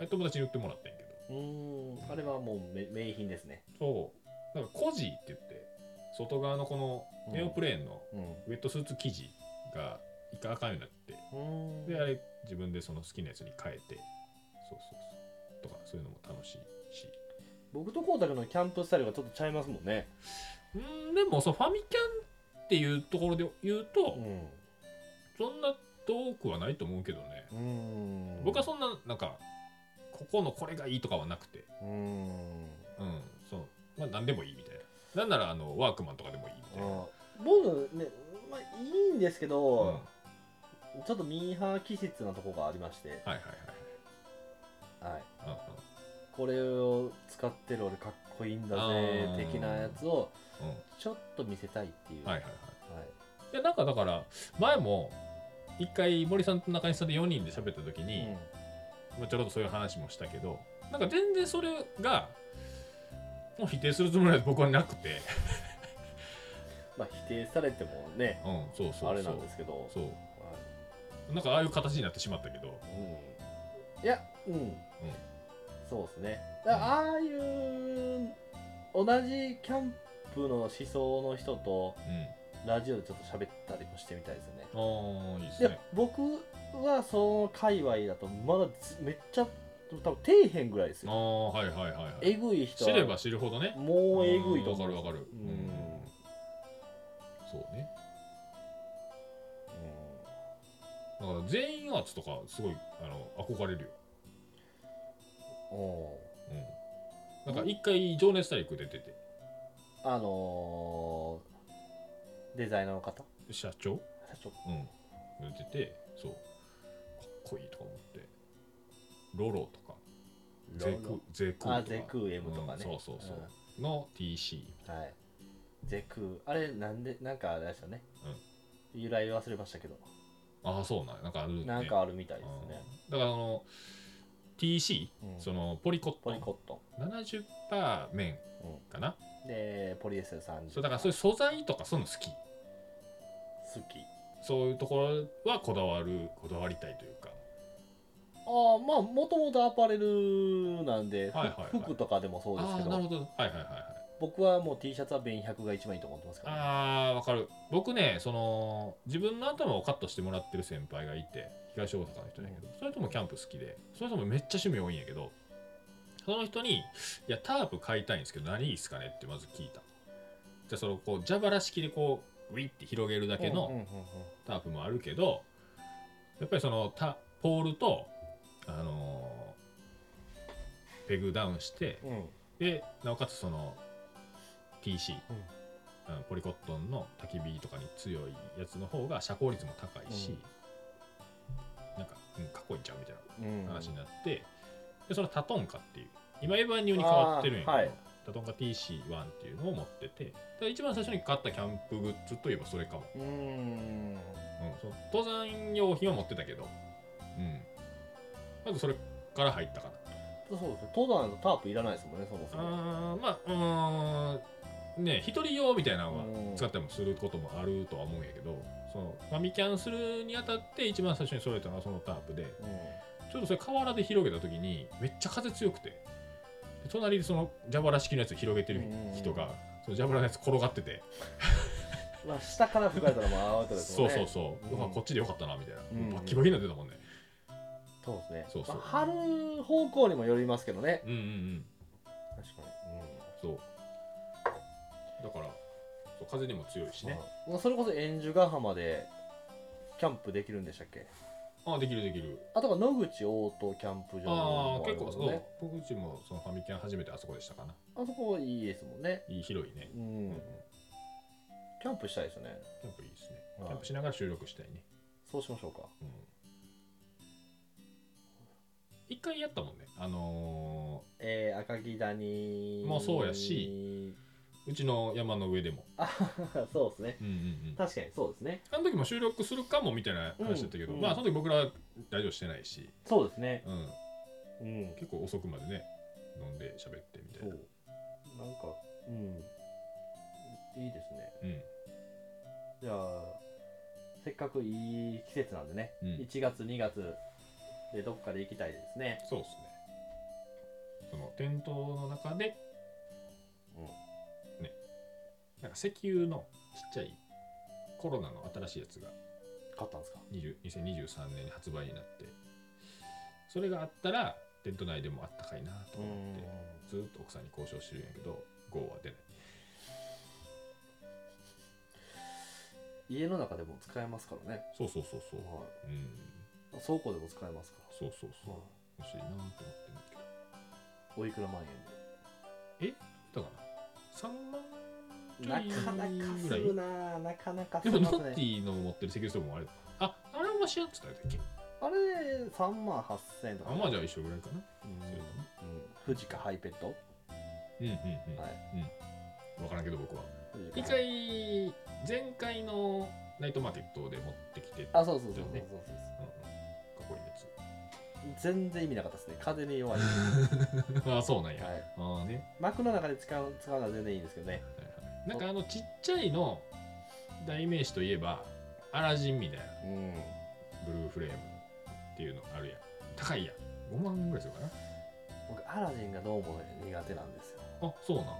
友達に売ってもらったんやけど、 うーんあれはもう名品ですね。 そうなんかコジーって言って外側のこのネオプレーンのウェットスーツ生地が一回あかんようになって、であれ自分でその好きなやつに変えて、そうそうそうとか、そういうのも楽しいし。 僕と光沢のキャンプスタイルがちょっとちゃいますもんね。 うん、でもそうファミキャンっていうところで言うと、うん、そんな遠くはないと思うけどね。うん、僕はそんななんかここのこれがいいとかはなくて、うん、うん、そう、まあ何でもいいみたいな。なんならあのワークマンとかでもいいみたいな。 僕ね、まあいいんですけど、うん、ちょっとミーハー気質なところがありまして、はいはいはい、はい、うんうん、これを使ってる俺かっこいいんだぜ的なやつをちょっと見せたいっていう。はいはいはい。はい、 いやなんかだから前も一回森さんと中西さんでよにんで喋った時に、うん、ちょろっとそういう話もしたけど、なんか全然それがもう否定するつもりは僕はなくてまあ否定されてもね、うん、そうそうそう、あれなんですけど、そう、はい、 なんかああいう形になってしまったけど、 うん、いや、うん、うん、そうですね。だからああいう同じキャンプの思想の人とラジオでちょっと喋ったりもしてみたいですよね。 ああ、いいですね。で僕はその界隈だとまだめっちゃ多分底辺ぐらいですよ。 ああ、はいはいはいはい。 えぐい人は知れば知るほどね。 もうえぐいと思う。わかるわかる。うん。そうね。うん。だから全員アーツとかすごいあの憧れるよ。おうん。なんか一回情熱大陸出てて。 あのー、デザイナーの方？ 社長？ 社長。 うん。出てて、そう。かっこいいとか思って。ロロとか。ゼクゼクーとか。 あ、ゼクー M とかね。 うん、そうそうそう。うん、の ティーシー。 はい。ゼクー。あれなんで、なんかあれですよね。うん。由来忘れましたけど。 ああ、そうなん、なんかある、ね。 なんかあるみたいですね。 だからあの、ティーシー、うん、そのポリコットン。 ポリコットン。ななじゅっパーセント 綿かな、 うん。で、ポリエステルさんじゅう。 そう、だからそういう素材とかそういうの好き。 好き。 そういうところはこだわる、こだわりたいというか。 ああ、まあ、もともとアパレルなんで、はいはいはい、服とかでもそうですけど。 ああ、なるほど。はいはいはいはい。 僕はもう T シャツはベンひゃくが一番いいと思ってますから、 ね。ああ、わかる。僕ね、その、自分の頭をカットしてもらってる先輩がいて、東大阪の人だけど、うん、それともキャンプ好きで、それともめっちゃ趣味多いんやけど、その人に、いや、タープ買いたいんですけど、何いいっすかねってまず聞いた。じゃあ、その、こう、蛇腹式でこう、ウィッて広げるだけのタープもあるけど、やっぱりその、タポールと、あのー、ペグダウンして、うん、でなおかつその ティーシー、うん、ポリコットンの焚き火とかに強いやつの方が遮光率も高いし、うん、なんか、うん、かっこいいんちゃうみたいな話になって、でそのタトンカっていう今エヴァニューに変わってるんやけど、はい、タトンカ ティーシーワン っていうのを持ってて、で一番最初に買ったキャンプグッズといえばそれかも。うん、うん、その登山用品は持ってたけど、うん、まずそれから入ったかな。 そうですね。登山のタープいらないですもんね、そもそも。 あまあ、うーん、ね、一人用みたいなのは使ったりもすることもあるとは思うんやけど、そのファミキャンするにあたって一番最初に揃えたのはそのタープで、うん、ちょっとそれ河原で広げた時にめっちゃ風強くて、隣でその蛇腹式のやつ広げてる人が、その蛇腹のやつ転がってて。 まあ下から吹かれたらもうアウトですもんね。 そうそうそう。うん、こっちでよかったなみたいな。うん、バッキバキになってたもんね。 そうですね。そうそう。まあ、張る方向にもよりますけどね。 うんうんうん。 確かに。 うん、そう。だからそう風にも強いしね。 まあ、それこそ円珠ヶ浜でキャンプできるんでしたっけ？ ああ、できるできる。 あとは野口オートキャンプ場もあるんですね。ああ、結構そう。僕うちもそのファミキャン初めてあそこでしたかな。 あそこいいですもんね。 いい広いね。うん。うん、 キャンプしたいですよね。 キャンプいいですね。キャンプしながら収録したいね。 そうしましょうか。うん。 一回やったもんね。あのー、えー、赤城谷もそうやし、うちの山の上でも。 あそうですね、うんうんうん。確かにそうですね。 あの時も収録するかもみたいな話だったけど、うんうん、まあその時僕らラジオしてないし。 そうですね。 うん。うん、結構遅くまでね、飲んで喋ってみたいな。 そう。なんか、うん。いいですね。うん。じゃあ、せっかくいい季節なんでね、うん、いちがつにがつでどっかで行きたいですね。 そうですね。そのテントの中で、うん、ね、なんか石油のちっちゃいコロナの新しいやつが買ったんですか。 にせんにじゅうさんねんに発売になって、それがあったらテント内でもあったかいなと思ってずっと奥さんに交渉してるんやけど ゴー は出ない。 家の中でも使えますからね。 そうそうそうそう、 はい、 うん、 倉庫でも使えますから。 そうそうそう、はい、欲しいなと思ってるんだけど。 おいくら万円でえだからさんまんなかなかするな、なかなかする、ね、でもノッティの持ってる石油ストーブもあれああれはしやってたっけ。 あれさんまんはっせんえんとか、 ね、あまあじゃあ一緒ぐらいかな。 うん、うん、富士かハイペット、 うんうんうん、はい、うん、分からんけど僕は一回前回のナイトマーケットで持ってきて、 あ、そうそうそうそうそうそう、 うんうん、かっこいいやつ全然意味なかったですね。風に弱いああそうなんや、はい、 あね、幕の中で使う、使うのは全然いいんですけどね、 はいはい、なんかあのちっちゃいの代名詞といえばアラジンみたいな、うん、ブルーフレームっていうのあるやん。高いやん、ごまんぐらいするかな。 僕アラジンがどうも苦手なんですよ。 あ、そうなん。うん、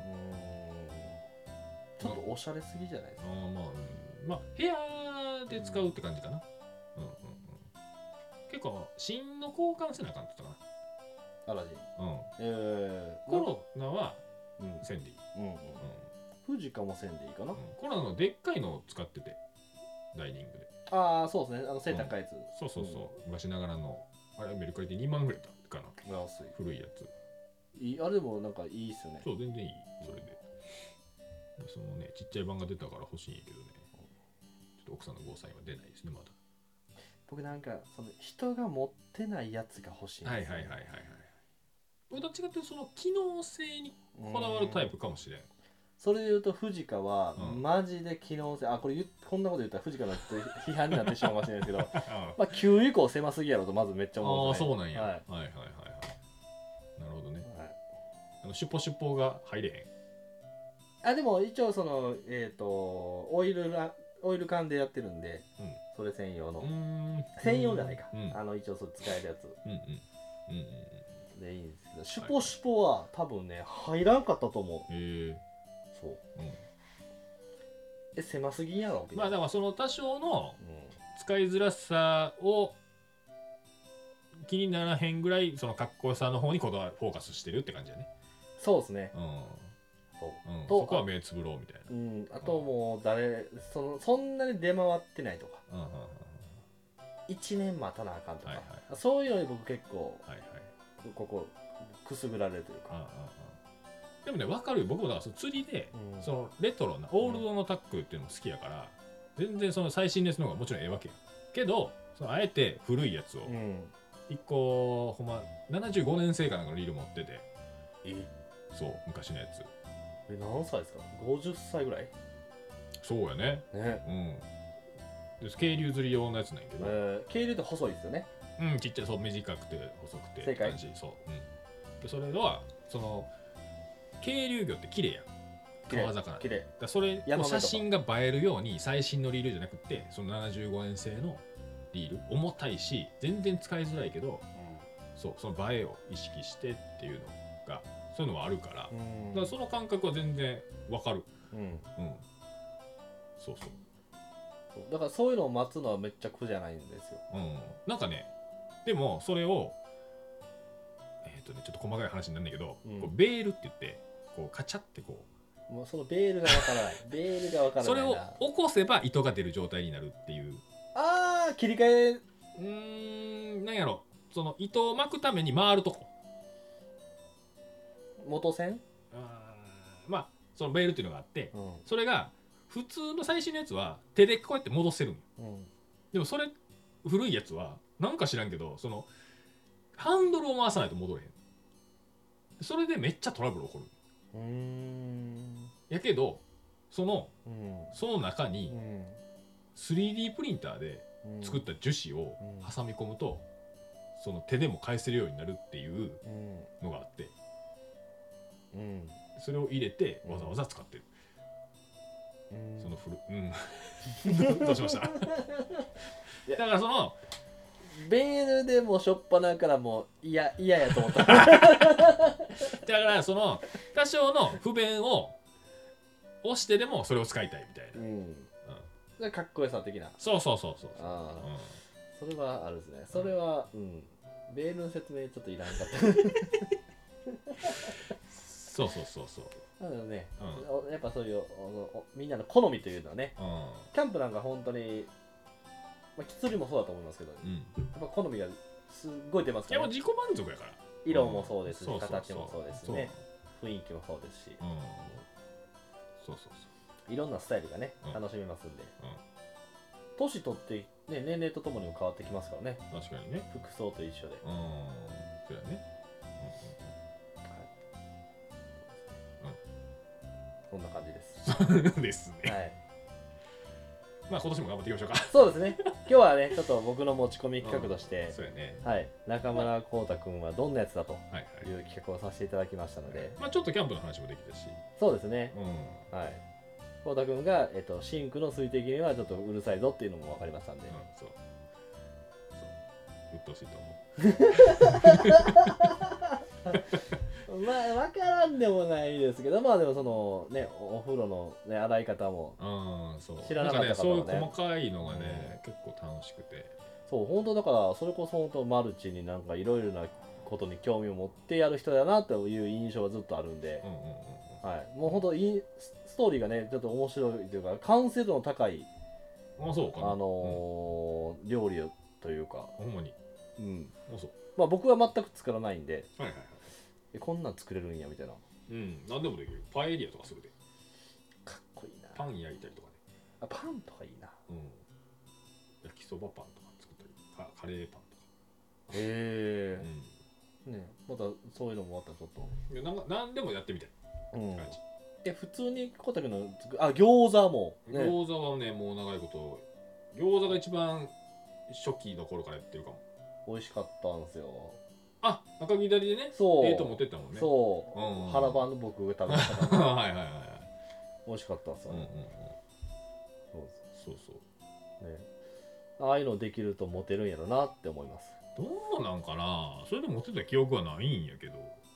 ちょっとおしゃれすぎじゃないですか。 ああ、まあ、うん、まあ部屋で使うって感じかな。うんうんうん。結構芯の交換せなあかんって言ったかな。アラジン。うん。 えー、コロナはせんでいい。うんうんうん。 富士かもせんでいいかな。うん、 コロナのでっかいのを使ってて、ダイニングで。 ああ、そうですね。あの背高いやつ、うん。 そうそうそう。昔ながらのあれメルカリでにまんぐらいだったかな。 安い。 古いやつ。 いい、あれでもなんかいいっすよね。 そう、全然いい。それで。そのね、ちっちゃい版が出たから欲しいんやけどね。ちょっと奥さんのゴーサインは出ないですね、まだ。 僕なんか、その人が持ってないやつが欲しいんですよ。 はいはいはいはいはい。僕どっちかっていうとその機能性にこだわるタイプかもしれん。 それで言うと藤川は、うん、マジで機能性、あ、これこんなこと言ったら藤川の批判になってしまうかもしれないですけど、まあきゅう以降狭すぎやろとまずめっちゃ思う、ね。ああ、そうなんや。はい、はいはいはいはい。なるほどね。はい、あのシュポシュポが入れへん。 あ、でも一応そのえっ、ー、とオイルラオイル缶でやってるんで、うん、それ専用の専用じゃないか、うん、あの一応それ使えるやつ、うんうんうんうん、でいいんですけど、シュポシュポは多分ね入らんかったと思う。へえ。そう、うん、え狭すぎんやろ。 まあだからその多少の使いづらさを気にならへんぐらいそのかっこよさの方にこだわフォーカスしてるって感じだね。 そうですね、うん、 そう、うん、そこは目つぶろうみたいな。 うん、あともう誰そのそんなに出回ってないとか、うんうんうん、いちねん待たなあかんとか、はいはい、そういうのに僕結構、はいはい、ここくすぐられるというか、うんうんうん、 でもね、分かるよ。僕もだからその釣りで、うん、そのレトロなオールドのタックっていうのも好きやから、うん、全然その最新のやつの方がもちろんええわけやけど、そのあえて古いやつをいっこ、ほんまななじゅうごねん製かなんかのリール持ってて、えそう昔のやつ。 え何歳ですか。ごじゅっさいぐらい。 そうやね。ね、うん。で渓流釣り用のやつなんやけど、えー、渓流って細いですよね。 うん、ちっちゃい、そう短くて細くて正解。 そう、うん、でそれはその渓流魚って綺麗やん、川魚綺麗だ。それ写真が映えるように最新のリールじゃなくてそのななじゅうごねん製のリール、重たいし全然使いづらいけど、うん、そうその映えを意識してっていうのがそういうのはあるから、うん、だからその感覚は全然わかる。うん、うん、そうそう 。だからそういうのを待つのはめっちゃ苦じゃないんですよ。 うん、なんかね、でもそれをえっとねちょっと細かい話になるんだけど、うん、こうベールって言ってこうカチャってこう、もうそのベールがわからないベールがわからないな。 それを起こせば糸が出る状態になるっていう。 ああ、切り替え、うーん、なんやろ、その糸を巻くために回るとこ、 元線、 あまあそのベールっていうのがあって、うん、それが普通の最新のやつは手でこうやって戻せるんよ、うん、でもそれ古いやつはなんか知らんけどそのハンドルを回さないと戻れへん。それでめっちゃトラブル起こる。うーんやけどその、うん、その中に スリーディー プリンターで作った樹脂を挟み込むと、うん、その手でも返せるようになるっていうのがあって、うん、それを入れてわざわざ使ってる、うん、その古うんどうしましただからそのベールでもしょっぱなからもう嫌嫌やと思っただからその多少の不便を押してでもそれを使いたいみたいな、うんうん、 かっこよさ的な。 そうそうそうそう。 ああ、うん、それはあるですね。それは、うん。ベールの説明ちょっといらんかった。 そうそうそうそう。 なのでね、うん、やっぱそういうみんなの好みというのはね、うん、キャンプなんか本当に、まあ、キツリもそうだと思いますけど、うん、やっぱ好みがすっごい出ますから、ね。 いや、もう自己満足やから。 色もそうですし、うん、形もそうですしね、雰囲気もそうですし、うん、 そうそうそう。 いろんなスタイルがね、うん、楽しめますんで。年、うん、取って、ね、年齢とともにも変わってきますからね。 確かにね。 服装と一緒で。うん、 そうやね。 こんな感じです。 そうですね。はい。まあ今年も頑張っていきましょうか。 そうですね。今日はね、ちょっと僕の持ち込み企画として、うん、 そうやね。 はい。中村光太君はどんなやつだという企画をさせていただきましたので、はいはい、 まあちょっとキャンプの話もできたし。 そうですね。うん、はい。光太君がえっとシンクの水滴にはちょっとうるさいぞっていうのも分かりましたんで。うん、そう。 そう。鬱陶しいと思う。 まあ分からんでもないですけど、まあでもそのねお風呂のね洗い方も知らなかった方はね、 そういう細かいのがね、うん、結構楽しくて、 そう本当だからそれこそ本当マルチになんかいろいろなことに興味を持ってやる人だなという印象がずっとあるんで、はい、もう本当インストーリーがねちょっと面白いというか完成度の高いあそうかな、 あのーうん、料理というか、 ほんまに、 うん、そうまあ僕は全く作らないんで。 はいはいはい、 えこんなん作れるんやみたいな。 うん、何でもできる。パエリアとかするで。 かっこいいな。 パン焼いたりとかね。 あ、パンとかいいな。うん。 焼きそばパンとか作ったり、カ, カレーパンとか。 へえ。うん。ね、またそういうのもあったらちょっと。 いや、なんか何でもやってみたい。うん。 え、普通に小竹のあ餃子も、 ね。餃子はね、もう長いこと、餃子が一番初期の頃からやってるかも。 美味しかったんですよ。 あ、赤木左でね、 そうデート持ってったもんね。 そう、うんうん、腹パンの僕が食べたから、ね、 はいはいはいはい。 美味しかったんですよね。 うんうんうん、そうそうそう。 ね、ああいうのできるとモテるんやろなって思います。 どうなんかな、それでモテた記憶はないんやけど。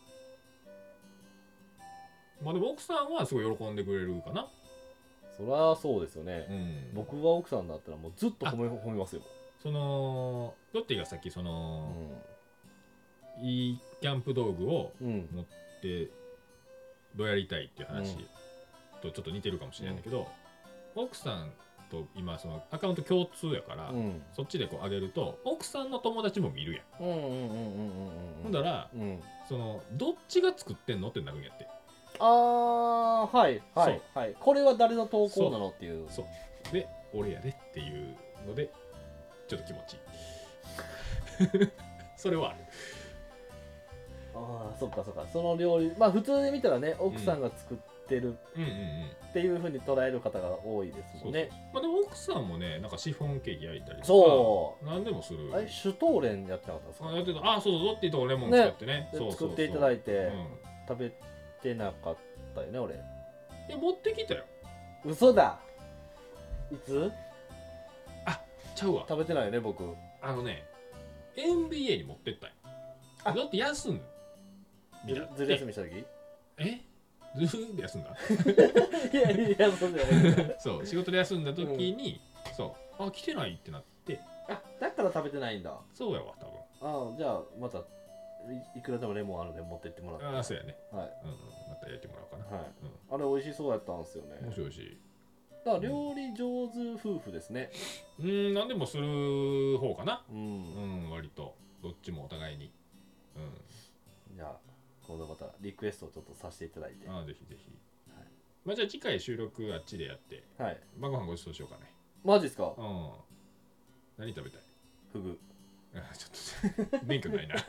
まあでも奥さんはすごい喜んでくれるかな。 そりゃそうですよね。うん、僕は奥さんだったらもうずっと褒め褒めますよ。 そのロッティがさっきその、うん、いいキャンプ道具を持ってどうやりたいっていう話とちょっと似てるかもしれないんだけど、うん、奥さんと今そのアカウント共通やから、うん、そっちでこう上げると奥さんの友達も見るやん。ほんだら、うん、そのどっちが作ってんのってなるんやって。 ああはいはいはい、これは誰の投稿なのっていう。 そうで俺やでっていうのでちょっと気持ちいいそれはある。 ああそっかそっか、その料理まあ普通に見たらね奥さんが作ってるっていう風に捉える方が多いですもんね。 まあでも奥さんもねなんかシフォンケーキ焼いたりとかそう何でもする。 あれシュトーレンやってなかったんですか。 あやってた。あそうそうロッティとレモン使ってね、 そうそうそう作っていただいて、うん、食べてなかったよね俺。 いや持ってきたよ。 嘘だ。いつあちゃうわ食べてないよね僕。 あのね エヌビーエー に持ってったんよ。あだって休んずる休みした時えずるで休んだいやいやそうじゃないそう仕事で休んだ時に、うん、そうあ来てないってなって、 あだから食べてないんだ。 そうやわ多分。あじゃあまた い, いくらでもレモンあるんで持ってってもらって。 あそうやね。 はい、 うんうん、また焼いてもらおうかな。はい、 うん、あれ美味しそうやったんですよね。 面白いしだから料理上手夫婦ですね。 うん、うん何でもする方かな。うん、うん、割とどっちもお互いに。 うん、じゃあ今度またリクエストをちょっとさせていただいて。 ああぜひぜひ、はい、まあじゃあ次回収録あっちでやって、はい、晩ご飯ごちそうしようかね。 マジっすか。 うん何食べたい。 フグ。 ちょっと免許ないな、うん、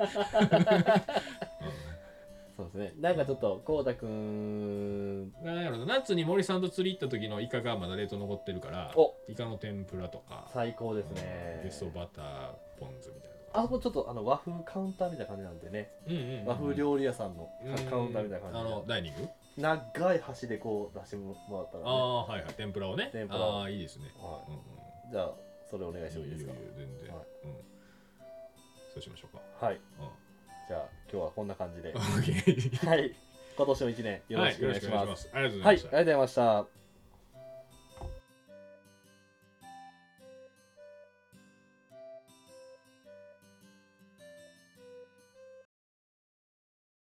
そうですね。なんかちょっとこうたくんなんやろな、夏に森さんと釣り行った時のイカがまだ冷凍残ってるからイカの天ぷらとか最高ですね。 ゲソバターポン酢みたいな。 あそこちょっとあの和風カウンターみたいな感じなんでね、うんうんうんうん、和風料理屋さんのカウンターみたいな感じで、 あのダイニング長い箸でこう出してもらったら、ね、 ああはいはい天ぷらをね。天ぷらああいいですね、 はいうんうん、じゃあそれお願いしてもいいですか。いいよ全然、はいうん、 そうしましょうか。 はい、うん、じゃあ今日はこんな感じではい今年もいちねんよろしくお願いします。 はい、ありがとうございました。 はい、ありがとうございました。